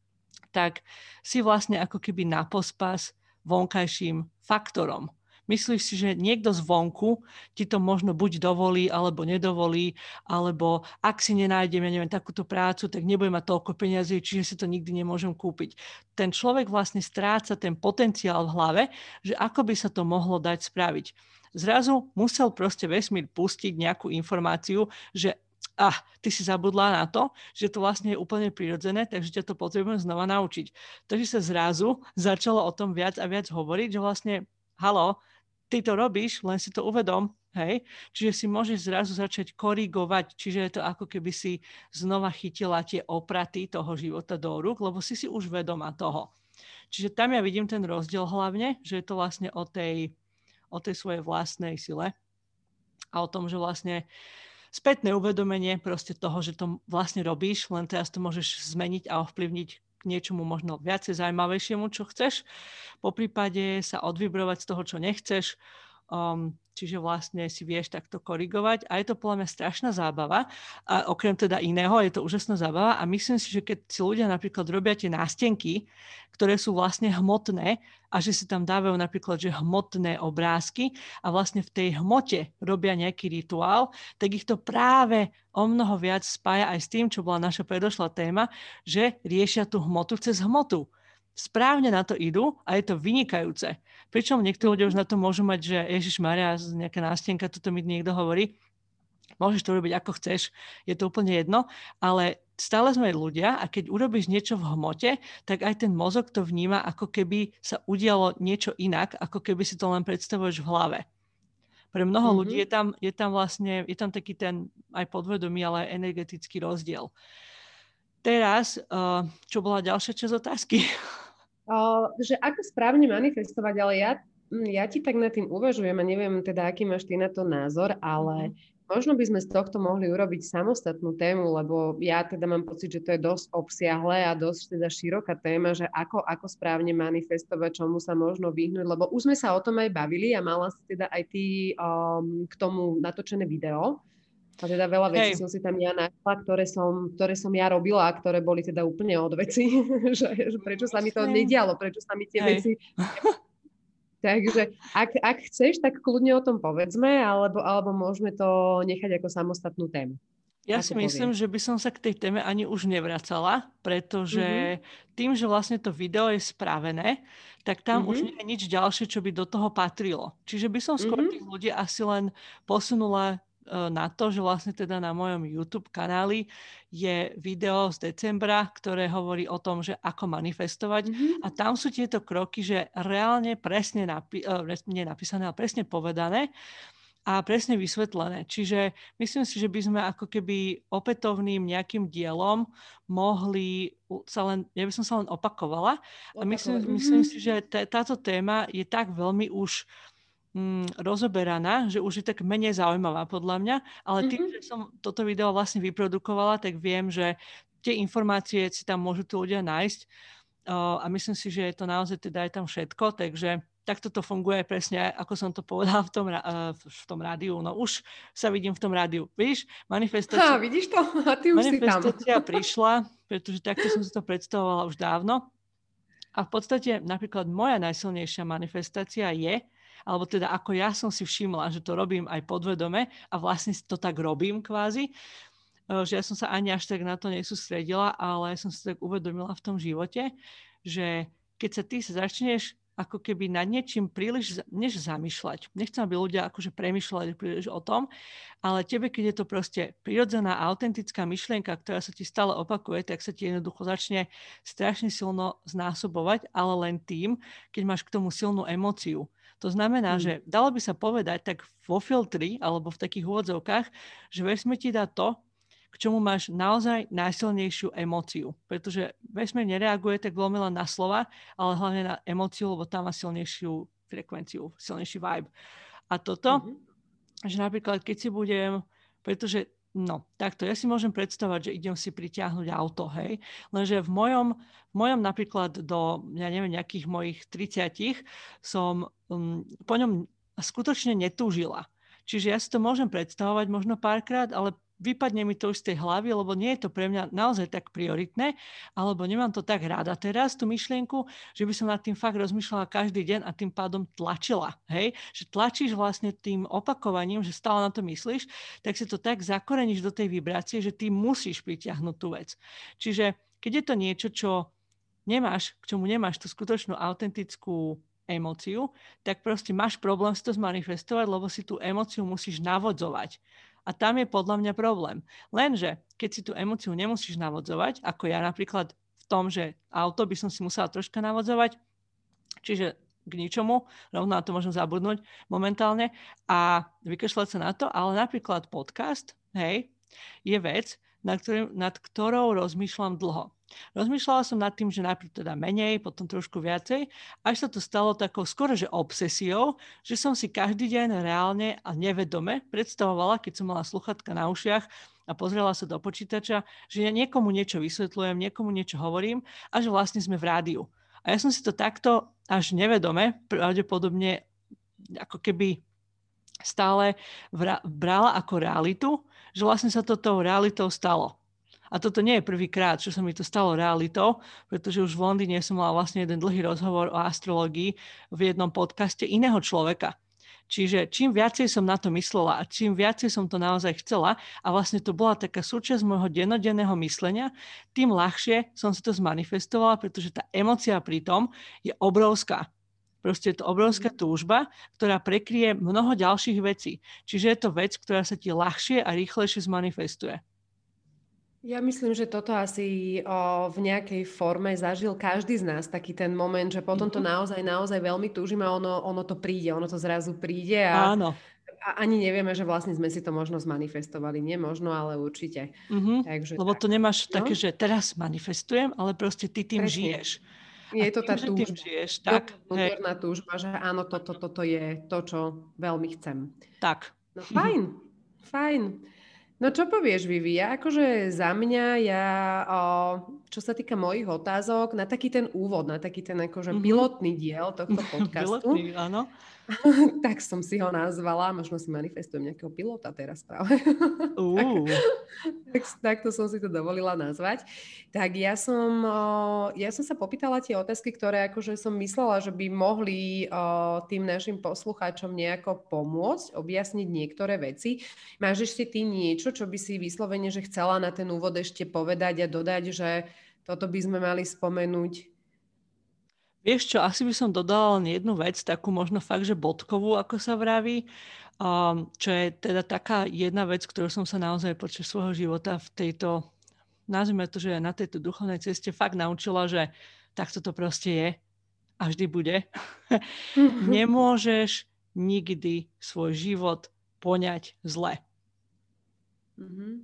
tak si vlastne ako keby na pospas vonkajším faktorom. Myslíš si, že niekto zvonku ti to možno buď dovolí, alebo nedovolí, alebo ak si nenájdem, ja neviem, takúto prácu, tak nebudem mať toľko peniazí, čiže si to nikdy nemôžem kúpiť. Ten človek vlastne stráca ten potenciál v hlave, že ako by sa to mohlo dať spraviť. Zrazu musel proste vesmír pustiť nejakú informáciu, že ah, ty si zabudla na to, že to vlastne je úplne prirodzené, takže ťa to potrebujem znova naučiť. Takže sa zrazu začalo o tom viac a viac hovoriť, že vlastne, halo, ty to robíš, len si to uvedom, hej? Čiže si môžeš zrazu začať korigovať, čiže je to ako keby si znova chytila tie opraty toho života do rúk, lebo si si už vedomá toho. Čiže tam ja vidím ten rozdiel hlavne, že je to vlastne o tej, o tej svojej vlastnej sile a o tom, že vlastne spätné uvedomenie proste toho, že to vlastne robíš, len teraz to môžeš zmeniť a ovplyvniť k niečomu možno viacej zaujímavejšiemu, čo chceš. Po prípade sa odvibrovať z toho, čo nechceš. Um, čiže vlastne si vieš takto korigovať a je to podľa mňa strašná zábava a okrem teda iného je to úžasná zábava a myslím si, že keď si ľudia napríklad robia tie nástenky, ktoré sú vlastne hmotné a že si tam dávajú napríklad že hmotné obrázky a vlastne v tej hmote robia nejaký rituál, tak ich to práve o mnoho viac spája aj s tým, čo bola naša predošlá téma, že riešia tú hmotu cez hmotu. Správne na to idú a je to vynikajúce. Pričom niektorí ľudia už na to môžu mať, že Ježišmaria, nejaká nástenka, toto mi niekto hovorí. Môžeš to robiť ako chceš, je to úplne jedno, ale stále sme ľudia a keď urobíš niečo v hmote, tak aj ten mozog to vníma, ako keby sa udialo niečo inak, ako keby si to len predstavuješ v hlave. Pre mnoho mm-hmm. ľudí je tam, je tam vlastne, je tam taký ten aj podvedomý, ale aj energetický rozdiel. Teraz, čo bola ďalšia časť otázky? Uh, že ako správne manifestovať, ale ja Ja ti tak nad tým uvažujem a neviem teda, aký máš ty na to názor, Mhm. ale možno by sme z tohto mohli urobiť samostatnú tému, lebo ja teda mám pocit, že to je dosť obsiahle a dosť teda široká téma, že ako, ako správne manifestovať, čomu sa možno vyhnúť, lebo už sme sa o tom aj bavili a mala si teda aj ty um, k tomu natočené video. A teda veľa vecí Hej, som si tam ja našla, ktoré som, ktoré som ja robila, ktoré boli teda úplne od veci, že, že prečo sa mi to myslím, nedialo, prečo sa mi tie hej. veci. Takže ak, ak chceš, tak kľudne o tom povedzme, alebo, alebo môžeme to nechať ako samostatnú tému. Ja si Ako myslím, povieš? že by som sa k tej téme ani už nevracala, Mhm, pretože tým, že vlastne to video je spravené, tak tam už nie mhm, je nič ďalšie, čo by do toho patrilo. Čiže by som skôr tých mhm, ľudí asi len posunula e, na to, že vlastne teda na mojom YouTube kanáli je video z decembra, ktoré hovorí o tom, že ako manifestovať. A mhm, tam sú tieto kroky, že reálne presne napi- e, nie napísané, ale presne povedané a presne vysvetlené. Čiže myslím si, že by sme ako keby opätovným nejakým dielom mohli sa len, ja by som sa len opakovala a opakovať. myslím, Mhm, myslím si, že t- táto téma je tak veľmi už mm, rozoberaná, že už je tak menej zaujímavá podľa mňa, ale tým, mhm, že som toto video vlastne vyprodukovala, tak viem, že tie informácie si tam môžu tu ľudia nájsť a myslím si, že je to naozaj teda aj tam všetko, takže takto to funguje presne, ako som to povedala v tom, v tom rádiu. No už sa vidím v tom rádiu. Vidíš, Ha, manifestácia, vidíš to? A ty už si tam. manifestácia prišla, pretože takto som si to predstavovala už dávno. A v podstate napríklad moja najsilnejšia manifestácia je, alebo teda ako ja som si všimla, že to robím aj podvedome a vlastne to tak robím kvázi, že ja som sa ani až tak na to nesústredila, ale som si tak uvedomila v tom živote, že keď sa ty sa začneš ako keby nad niečím príliš než zamýšľať. Nechcem, aby ľudia akože premýšľali príliš o tom, ale tebe, keď je to proste prirodzená, autentická myšlienka, ktorá sa ti stále opakuje, tak sa ti jednoducho začne strašne silno znásobovať, ale len tým, keď máš k tomu silnú emóciu. To znamená, Hm. že dalo by sa povedať tak vo filtri alebo v takých úvodzovkách, že vesmír ti dá to, k čomu máš naozaj najsilnejšiu emóciu. Pretože vesmír nereaguje tak veľmi len na slova, ale hlavne na emóciu, lebo tam má silnejšiu frekvenciu, silnejší vibe. A toto, Mhm. že napríklad keď si budem, pretože no, takto, ja si môžem predstavať, že idem si pritiahnuť auto, hej, lenže v mojom, v mojom napríklad do, ja neviem, nejakých mojich tridsiatich som um, po ňom skutočne netúžila. Čiže ja si to môžem predstavovať možno párkrát, ale vypadne mi to už z tej hlavy, lebo nie je to pre mňa naozaj tak prioritné, alebo nemám to tak rada teraz, tú myšlienku, že by som nad tým fakt rozmýšľala každý deň a tým pádom tlačila. Hej? Že tlačíš vlastne tým opakovaním, že stále na to myslíš, tak si to tak zakoreníš do tej vibrácie, že ty musíš pritiahnuť tú vec. Čiže keď je to niečo, čo nemáš, k čomu nemáš tú skutočnú autentickú emóciu, tak proste máš problém si to zmanifestovať, lebo si tú emóciu musíš navodzovať. A tam je podľa mňa problém. Lenže, keď si tú emóciu nemusíš navodzovať, ako ja napríklad v tom, že auto by som si musela troška navodzovať, čiže k ničomu, rovno na to môžem zabudnúť momentálne a vykašľať sa na to, ale napríklad podcast, hej, je vec, nad, ktorým, nad ktorou rozmýšľam dlho. Rozmýšľala som nad tým, že najprv teda menej, potom trošku viacej, až sa to stalo takou skoro, že obsesiou, že som si každý deň reálne a nevedome predstavovala, keď som mala sluchatka na ušiach a pozrela sa do počítača, že ja niekomu niečo vysvetľujem, niekomu niečo hovorím a že vlastne sme v rádiu. A ja som si to takto až nevedome, pravdepodobne ako keby stále vra- brala ako realitu, že vlastne sa to tou realitou stalo. A toto nie je prvýkrát, čo sa mi to stalo realitou, pretože už v Londýne som mala vlastne jeden dlhý rozhovor o astrológii v jednom podcaste iného človeka. Čiže čím viacej som na to myslela a čím viacej som to naozaj chcela a vlastne to bola taká súčasť môjho dennodenného myslenia, tým ľahšie som si to zmanifestovala, pretože tá emócia pri tom je obrovská. Proste je to obrovská Mhm. túžba, ktorá prekrie mnoho ďalších vecí. Čiže je to vec, ktorá sa ti ľahšie a rýchlejšie zmanifestuje. Ja myslím, že toto asi o, v nejakej forme zažil každý z nás, taký ten moment, že potom to Mhm. naozaj, naozaj veľmi túžime a ono, ono to príde, ono to zrazu príde a, Áno. a ani nevieme, že vlastne sme si to možno zmanifestovali. Nie možno, ale určite. Mhm. Takže Lebo tak. to nemáš také, No, že teraz manifestujem, ale proste ty tým presne. žiješ. A Je to tým, tá že tým túžba. žiješ, Je tak, to hej, vnútorná túžba, že áno, toto, toto je to, čo veľmi chcem. tak. No fajn, fajn. No čo povieš, Vivi? Ja akože za mňa, ja, o, čo sa týka mojich otázok, na taký ten úvod, na taký ten akože Mhm. pilotný diel tohto podcastu, Pilotný, áno. tak som si ho nazvala, možno si manifestujem nejakého pilota teraz práve. tak, Uú. tak, takto som si to dovolila nazvať. Tak ja som, o, ja som sa popýtala tie otázky, ktoré akože som myslela, že by mohli o, tým našim poslucháčom nejako pomôcť, objasniť niektoré veci. Máš ešte ty niečo, čo by si vyslovene, že chcela na ten úvod ešte povedať a dodať, že toto by sme mali spomenúť? Vieš čo, asi by som dodala len jednu vec, takú možno fakt, že bodkovú, ako sa vraví, um, čo je teda taká jedna vec, ktorú som sa naozaj počas svojho života v tejto, nazvime to, že na tejto duchovnej ceste fakt naučila, že takto to proste je a vždy bude. Nemôžeš nikdy svoj život poňať zle. Mhm.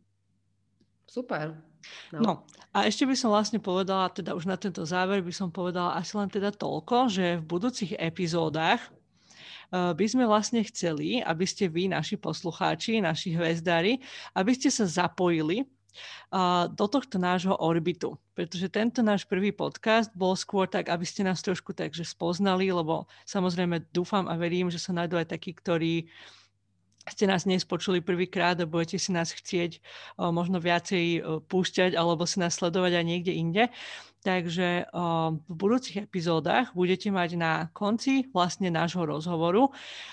Super. No. No a ešte by som vlastne povedala, teda už na tento záver by som povedala asi len teda toľko, že v budúcich epizódach uh, by sme vlastne chceli, aby ste vy, naši poslucháči, naši hvezdári, aby ste sa zapojili uh, do tohto nášho orbitu. Pretože tento náš prvý podcast bol skôr tak, aby ste nás trošku takže spoznali, lebo samozrejme dúfam a verím, že sa nájdú aj takí, ktorí ste nás dnes počuli prvýkrát a budete si nás chcieť o, možno viacej o, púšťať alebo si nás sledovať aj niekde inde. Takže o, v budúcich epizódach budete mať na konci vlastne nášho rozhovoru o,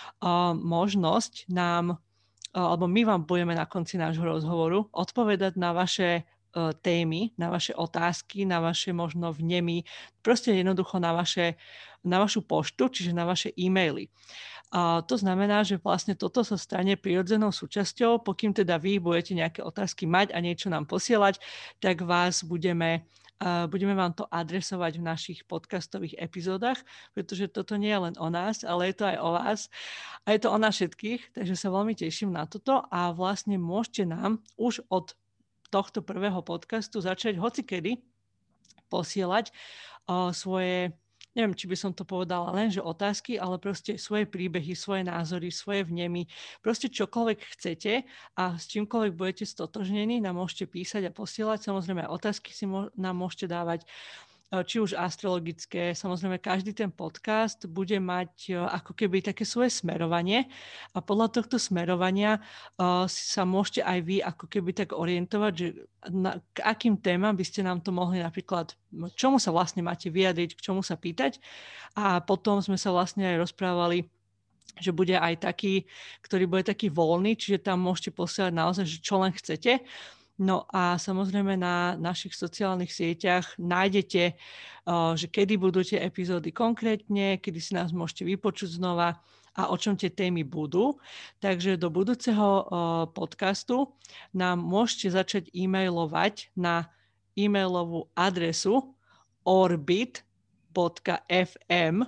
možnosť nám, o, alebo my vám budeme na konci nášho rozhovoru odpovedať na vaše o, témy, na vaše otázky, na vaše možno vnemy, proste jednoducho na, vaše, na vašu poštu, čiže na vaše e-maily. A to znamená, že vlastne toto sa stane prirodzenou súčasťou, pokým teda vy budete nejaké otázky mať a niečo nám posielať, tak vás budeme, uh, budeme vám to adresovať v našich podcastových epizódach, pretože toto nie je len o nás, ale je to aj o vás a je to o nás všetkých, takže sa veľmi teším na toto a vlastne môžete nám už od tohto prvého podcastu začať hocikedy posielať uh, svoje, neviem, či by som to povedala len, že otázky, ale proste svoje príbehy, svoje názory, svoje vnemy, proste čokoľvek chcete a s čímkoľvek budete stotožnení, nám môžete písať a posielať. Samozrejme aj otázky si mo- nám môžete dávať, či už astrologické. Samozrejme každý ten podcast bude mať ako keby také svoje smerovanie a podľa tohto smerovania uh, sa môžete aj vy ako keby tak orientovať, že na, k akým témam by ste nám to mohli napríklad, čomu sa vlastne máte vyjadriť, k čomu sa pýtať. A potom sme sa vlastne aj rozprávali, že bude aj taký, ktorý bude taký voľný, čiže tam môžete posielať naozaj, že čo len chcete. No a samozrejme na našich sociálnych sieťach nájdete, že kedy budú tie epizódy konkrétne, kedy si nás môžete vypočuť znova a o čom tie témy budú. Takže do budúceho podcastu nám môžete začať e-mailovať na e-mailovú adresu orbit bodka ef em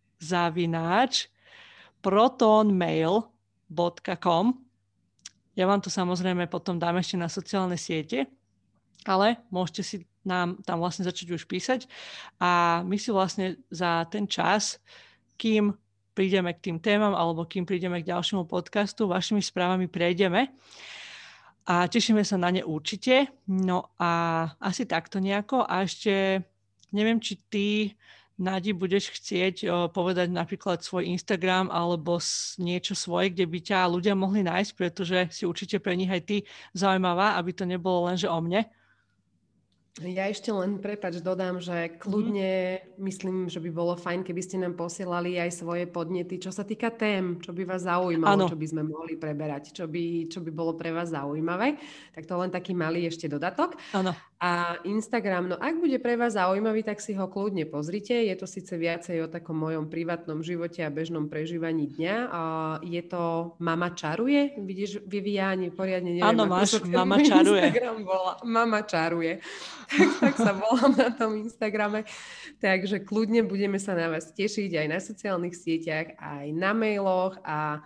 zavináč protonmail bodka com. Ja vám to samozrejme potom dám ešte na sociálne siete, ale môžete si nám tam vlastne začať už písať a my si vlastne za ten čas, kým prídeme k tým témam alebo kým prídeme k ďalšiemu podcastu, vašimi správami prejdeme a tešíme sa na ne určite. No a asi takto nejako a ešte neviem, či ty, Nadi, budeš chcieť o, povedať napríklad svoj Instagram alebo s, niečo svoje, kde by ťa ľudia mohli nájsť, pretože si určite pre nich aj ty zaujímavá, aby to nebolo len, že o mne. Ja ešte len, prepáč, dodám, že kľudne myslím, že by bolo fajn, keby ste nám posielali aj svoje podnety, čo sa týka tém, čo by vás zaujímalo, ano. Čo by sme mohli preberať, čo by, čo by bolo pre vás zaujímavé. Tak to len taký malý ešte dodatok. Áno. A Instagram, no ak bude pre vás zaujímavý, tak si ho kľudne pozrite. Je to síce viacej o takom mojom privátnom živote a bežnom prežívaní dňa. A je to Mama čaruje? Vidíš, Viviani, poriadne neviem. Áno, máš, Mama čaruje. Instagram bola. Mama čaruje. tak, tak sa volám na tom Instagrame. Takže kľudne budeme sa na vás tešiť aj na sociálnych sieťach, aj na mailoch a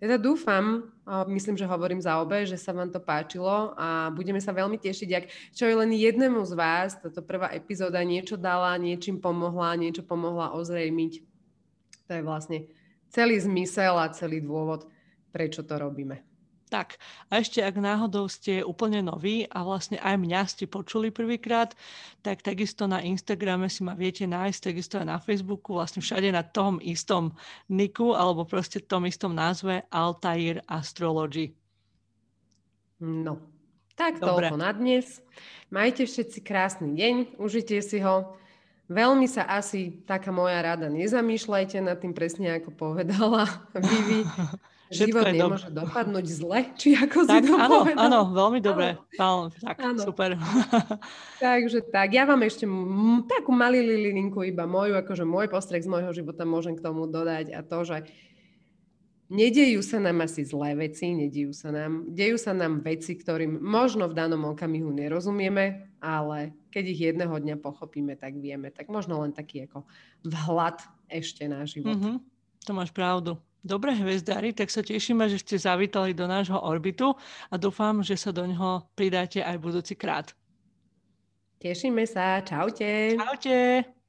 Ja to dúfam, a myslím, že hovorím za obe, že sa vám to páčilo a budeme sa veľmi tešiť, ak čo je len jednému z vás táto prvá epizóda niečo dala, niečím pomohla, niečo pomohla ozrejmiť. To je vlastne celý zmysel a celý dôvod, prečo to robíme. Tak, a ešte ak náhodou ste úplne noví a vlastne aj mňa ste počuli prvýkrát, tak takisto na Instagrame si ma viete nájsť, takisto aj na Facebooku, vlastne všade na tom istom niku, alebo proste tom istom názve Altair Astrology. No, tak Dobre. toľko na dnes. Majte všetci krásny deň, užite si ho. Veľmi sa asi taká moja rada, nezamýšľajte nad tým presne, ako povedala Vivi. Život nemôže dob- dopadnúť zle, či ako tak, si to áno, povedala. Áno, veľmi dobre. Áno. Tak, áno. Super. Takže tak, ja vám ešte m- takú malý linku, iba moju, akože môj postreh z môjho života môžem k tomu dodať a to, že nedejú sa nám asi zlé veci, nedejú sa nám, dejú sa nám veci, ktorým možno v danom okamihu nerozumieme, ale keď ich jedného dňa pochopíme, tak vieme. Tak možno len taký ako vhľad ešte na život. Mm-hmm. To máš pravdu. Dobre, hviezdári, tak sa tešíme, že ste zavítali do nášho orbitu a dúfam, že sa do ňoho pridáte aj budúci krát. Tešíme sa. Čaute. Čaute.